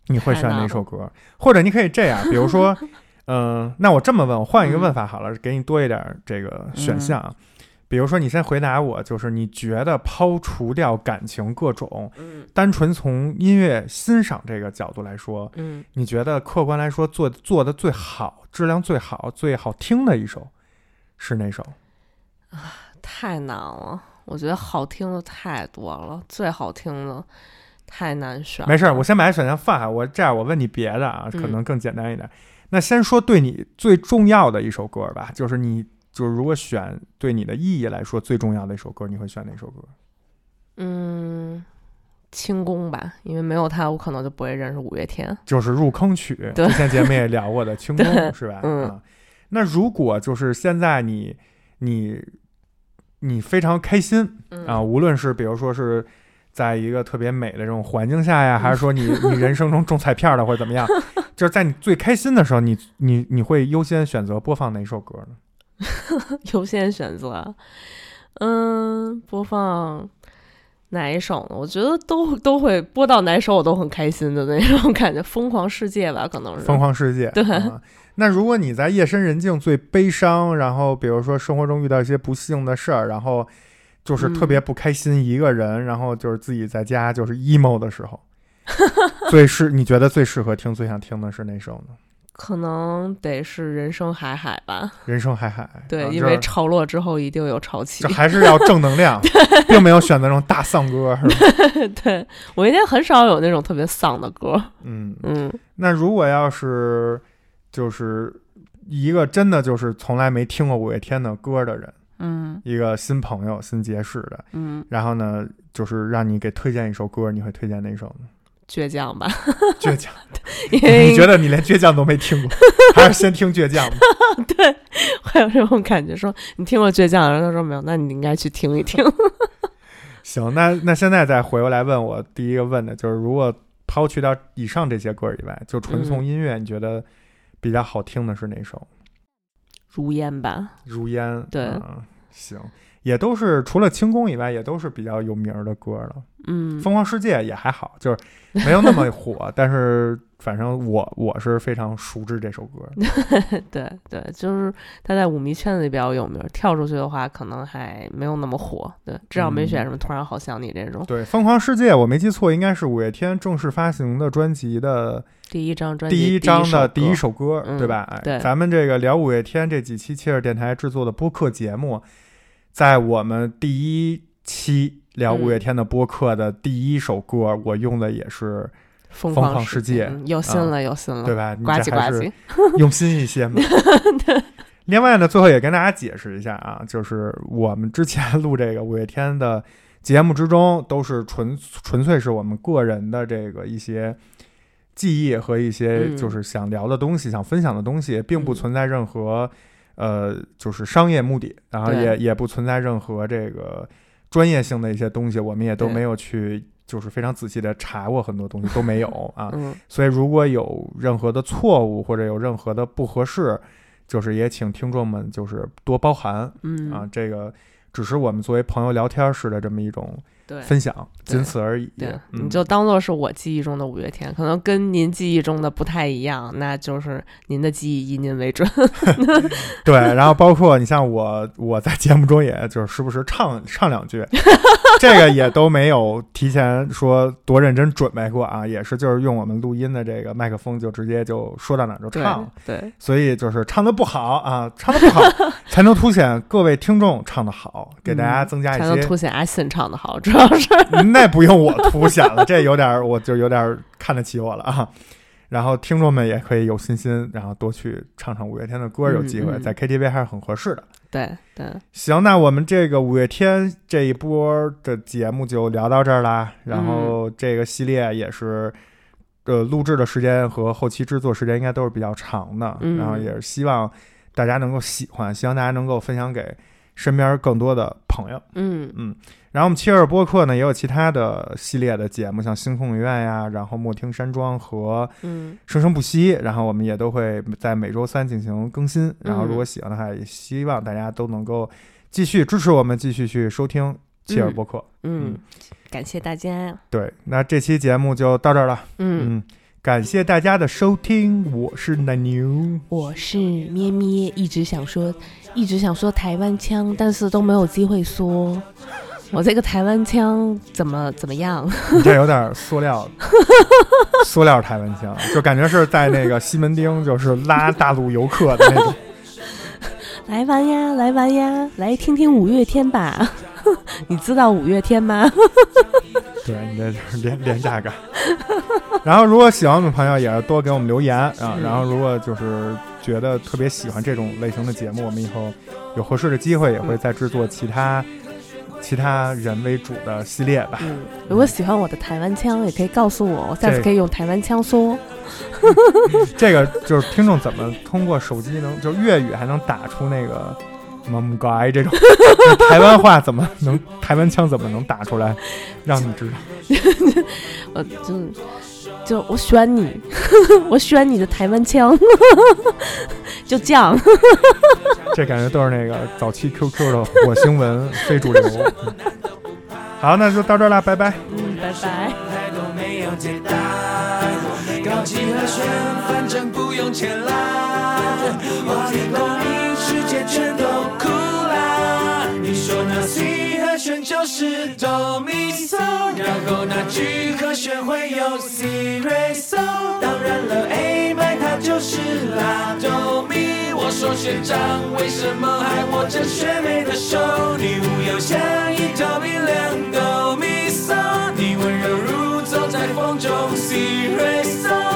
[SPEAKER 2] 你会选哪首歌？或者你可以这样，比如说，嗯、呃，那我这么问，我换一个问法好了，嗯、给你多一点这个选项。嗯、比如说，你先回答我，就是你觉得抛除掉感情各种，嗯，单纯从音乐欣赏这个角度来说，嗯，你觉得客观来说做做的最好、质量最好、最好听的一首是哪首？
[SPEAKER 3] 啊，太难了，我觉得好听的太多了，最好听的。太难选了。
[SPEAKER 2] 没事，我先把选项放下。我这样，我问你别的啊，可能更简单一点。嗯、那先说对你最重要的一首歌吧，就是你就是如果选对你的意义来说最重要的一首歌，你会选哪首歌？
[SPEAKER 3] 嗯，轻功吧，因为没有它，我可能就不会认识五月天。
[SPEAKER 2] 就是入坑曲，之前节目也聊过的轻功是吧？嗯、啊。那如果就是现在你你你非常开心、嗯、啊，无论是比如说是。在一个特别美的这种环境下呀，还是说你你人生中中彩票的或者怎么样，就是在你最开心的时候，你你你会优先选择播放哪首歌呢？
[SPEAKER 3] 优先选择，嗯，播放哪一首呢？我觉得都都会播到哪首我都很开心的那种感觉，疯狂世界吧，可能是
[SPEAKER 2] 疯狂世界。
[SPEAKER 3] 对、
[SPEAKER 2] 啊，那如果你在夜深人静最悲伤，然后比如说生活中遇到一些不幸的事儿，然后。就是特别不开心一个人、嗯、然后就是自己在家就是 emo 的时候最适你觉得最适合听最想听的是哪首呢？
[SPEAKER 3] 可能得是人生海海吧。
[SPEAKER 2] 人生海海，
[SPEAKER 3] 对、
[SPEAKER 2] 啊、
[SPEAKER 3] 因为潮落之后一定有潮起，
[SPEAKER 2] 这还是要正能量并没有选择那种大丧歌是吧？
[SPEAKER 3] 对，我一天很少有那种特别丧的歌。
[SPEAKER 2] 嗯嗯，那如果要是就是一个真的就是从来没听过五月天的歌的人，嗯，一个新朋友新结识的，嗯，然后呢就是让你给推荐一首歌，你会推荐哪首呢？
[SPEAKER 3] 倔强吧。
[SPEAKER 2] 倔强你觉得你连倔强都没听过还是先听倔强吧？
[SPEAKER 3] 对，会有这种感觉，说你听过倔强，然后他说没有，那你应该去听一听。
[SPEAKER 2] 行，那那现在再回过来问我第一个问的就是如果抛去掉以上这些歌以外，就纯从音乐、嗯、你觉得比较好听的是哪首？
[SPEAKER 3] 如烟吧。
[SPEAKER 2] 如烟，
[SPEAKER 3] 对、
[SPEAKER 2] 嗯、行，也都是除了轻功以外也都是比较有名的歌了。
[SPEAKER 3] 嗯，
[SPEAKER 2] 疯狂世界也还好，就是没有那么火但是反正我我是非常熟知这首歌。
[SPEAKER 3] 对对，就是他在舞迷圈子里比较有名，跳出去的话可能还没有那么火。对，至少没选什么突然好想你这种、嗯、
[SPEAKER 2] 对，疯狂世界我没记错应该是五月天正式发行的专辑的
[SPEAKER 3] 第一张专辑
[SPEAKER 2] 第一张的第一首歌，
[SPEAKER 3] 嗯、
[SPEAKER 2] 对吧？
[SPEAKER 3] 对，
[SPEAKER 2] 咱们这个聊五月天这几期切尔电台制作的播客节目，在我们第一期聊五月天的播客的第一首歌、嗯、我用的也是疯狂世界、
[SPEAKER 3] 嗯、有心了、啊、有心了，
[SPEAKER 2] 对吧？
[SPEAKER 3] 呱唧呱唧，
[SPEAKER 2] 用心一些嘛。另外呢最后也跟大家解释一下啊，就是我们之前录这个五月天的节目之中都是纯纯粹是我们个人的这个一些记忆和一些就是想聊的东西、嗯、想分享的东西，并不存在任何、嗯、呃就是商业目的，然后也也不存在任何这个专业性的一些东西，我们也都没有去就是非常仔细的查过，很多东西都没有啊、嗯、所以如果有任何的错误或者有任何的不合适，就是也请听众们就是多包涵。嗯啊，这个只是我们作为朋友聊天式的这么一种分享，仅此而已。
[SPEAKER 3] 对、
[SPEAKER 2] 嗯、
[SPEAKER 3] 你就当做是我记忆中的五月天，可能跟您记忆中的不太一样，那就是您的记忆以您为准。
[SPEAKER 2] 对，然后包括你像我我在节目中也就是时不时唱唱两句这个也都没有提前说多认真准备过啊，也是就是用我们录音的这个麦克风就直接就说到哪就唱。
[SPEAKER 3] 对, 对，
[SPEAKER 2] 所以就是唱得不好啊，唱得不好才能凸显各位听众唱得好，给大家增加一些、嗯、
[SPEAKER 3] 才能凸显阿信唱得好，主要是
[SPEAKER 2] 那不用我凸显了，这有点我就有点看得起我了啊。然后听众们也可以有信心，然后多去唱唱五月天的歌，有机会、嗯嗯、在 K T V 还是很合适的。
[SPEAKER 3] 对对，
[SPEAKER 2] 行，那我们这个五月天这一波的节目就聊到这儿啦。然后这个系列也是、嗯、呃录制的时间和后期制作时间应该都是比较长的、嗯、然后也是希望大家能够喜欢，希望大家能够分享给身边更多的朋友。
[SPEAKER 3] 嗯
[SPEAKER 2] 嗯，然后我们切尔播客呢也有其他的系列的节目，像星空影院呀，然后莫听山庄和生生不息、嗯、然后我们也都会在每周三进行更新。然后如果喜欢的话、嗯、也希望大家都能够继续支持我们，继续去收听切尔播客。
[SPEAKER 3] 嗯, 嗯, 嗯，感谢大家。
[SPEAKER 2] 对，那这期节目就到这儿了。
[SPEAKER 3] 嗯, 嗯
[SPEAKER 2] 感谢大家的收听，我是奶牛，
[SPEAKER 3] 我是咩咩，一直想说，一直想说台湾腔，但是都没有机会说。我这个台湾腔怎么怎么样？
[SPEAKER 2] 你这有点塑料，塑料台湾腔，就感觉是在那个西门町，就是拉大陆游客的那种。
[SPEAKER 3] 来玩呀，来玩呀，来听听五月天吧。你知道五月天吗？
[SPEAKER 2] 对，你这就是廉廉价感。然后，如果喜欢我们的朋友，也要多给我们留言啊。
[SPEAKER 3] 嗯、
[SPEAKER 2] 然后，如果就是觉得特别喜欢这种类型的节目，我们以后有合适的机会，也会再制作其他。嗯其他人为主的系列吧。
[SPEAKER 3] 嗯，如果喜欢我的台湾腔，也可以告诉我，我下次可以用台湾腔说。
[SPEAKER 2] 这个就是听众怎么通过手机能，就是粤语还能打出那个什么母盖这种台湾话，怎么能台湾腔怎么能打出来，让你知道？
[SPEAKER 3] 我就就我喜欢你，我喜欢你的台湾腔，就这样。
[SPEAKER 2] 这感觉都是那个早期 Q Q 的火星文非主流。嗯、好，那就到这儿了，拜拜。
[SPEAKER 3] 嗯，拜拜。
[SPEAKER 1] 高级和弦，反正不用钱啦。我听共鸣，世界全都哭啦。你说那 C 和弦就是哆咪嗦，然后那 G 和弦会有 C 瑞嗦，当然了 A 麦它就是拉哆咪。我说学长，为什么还握着学妹的手？你无忧像一条冰凉哆咪嗦，你温柔如走在风中 C 瑞嗦。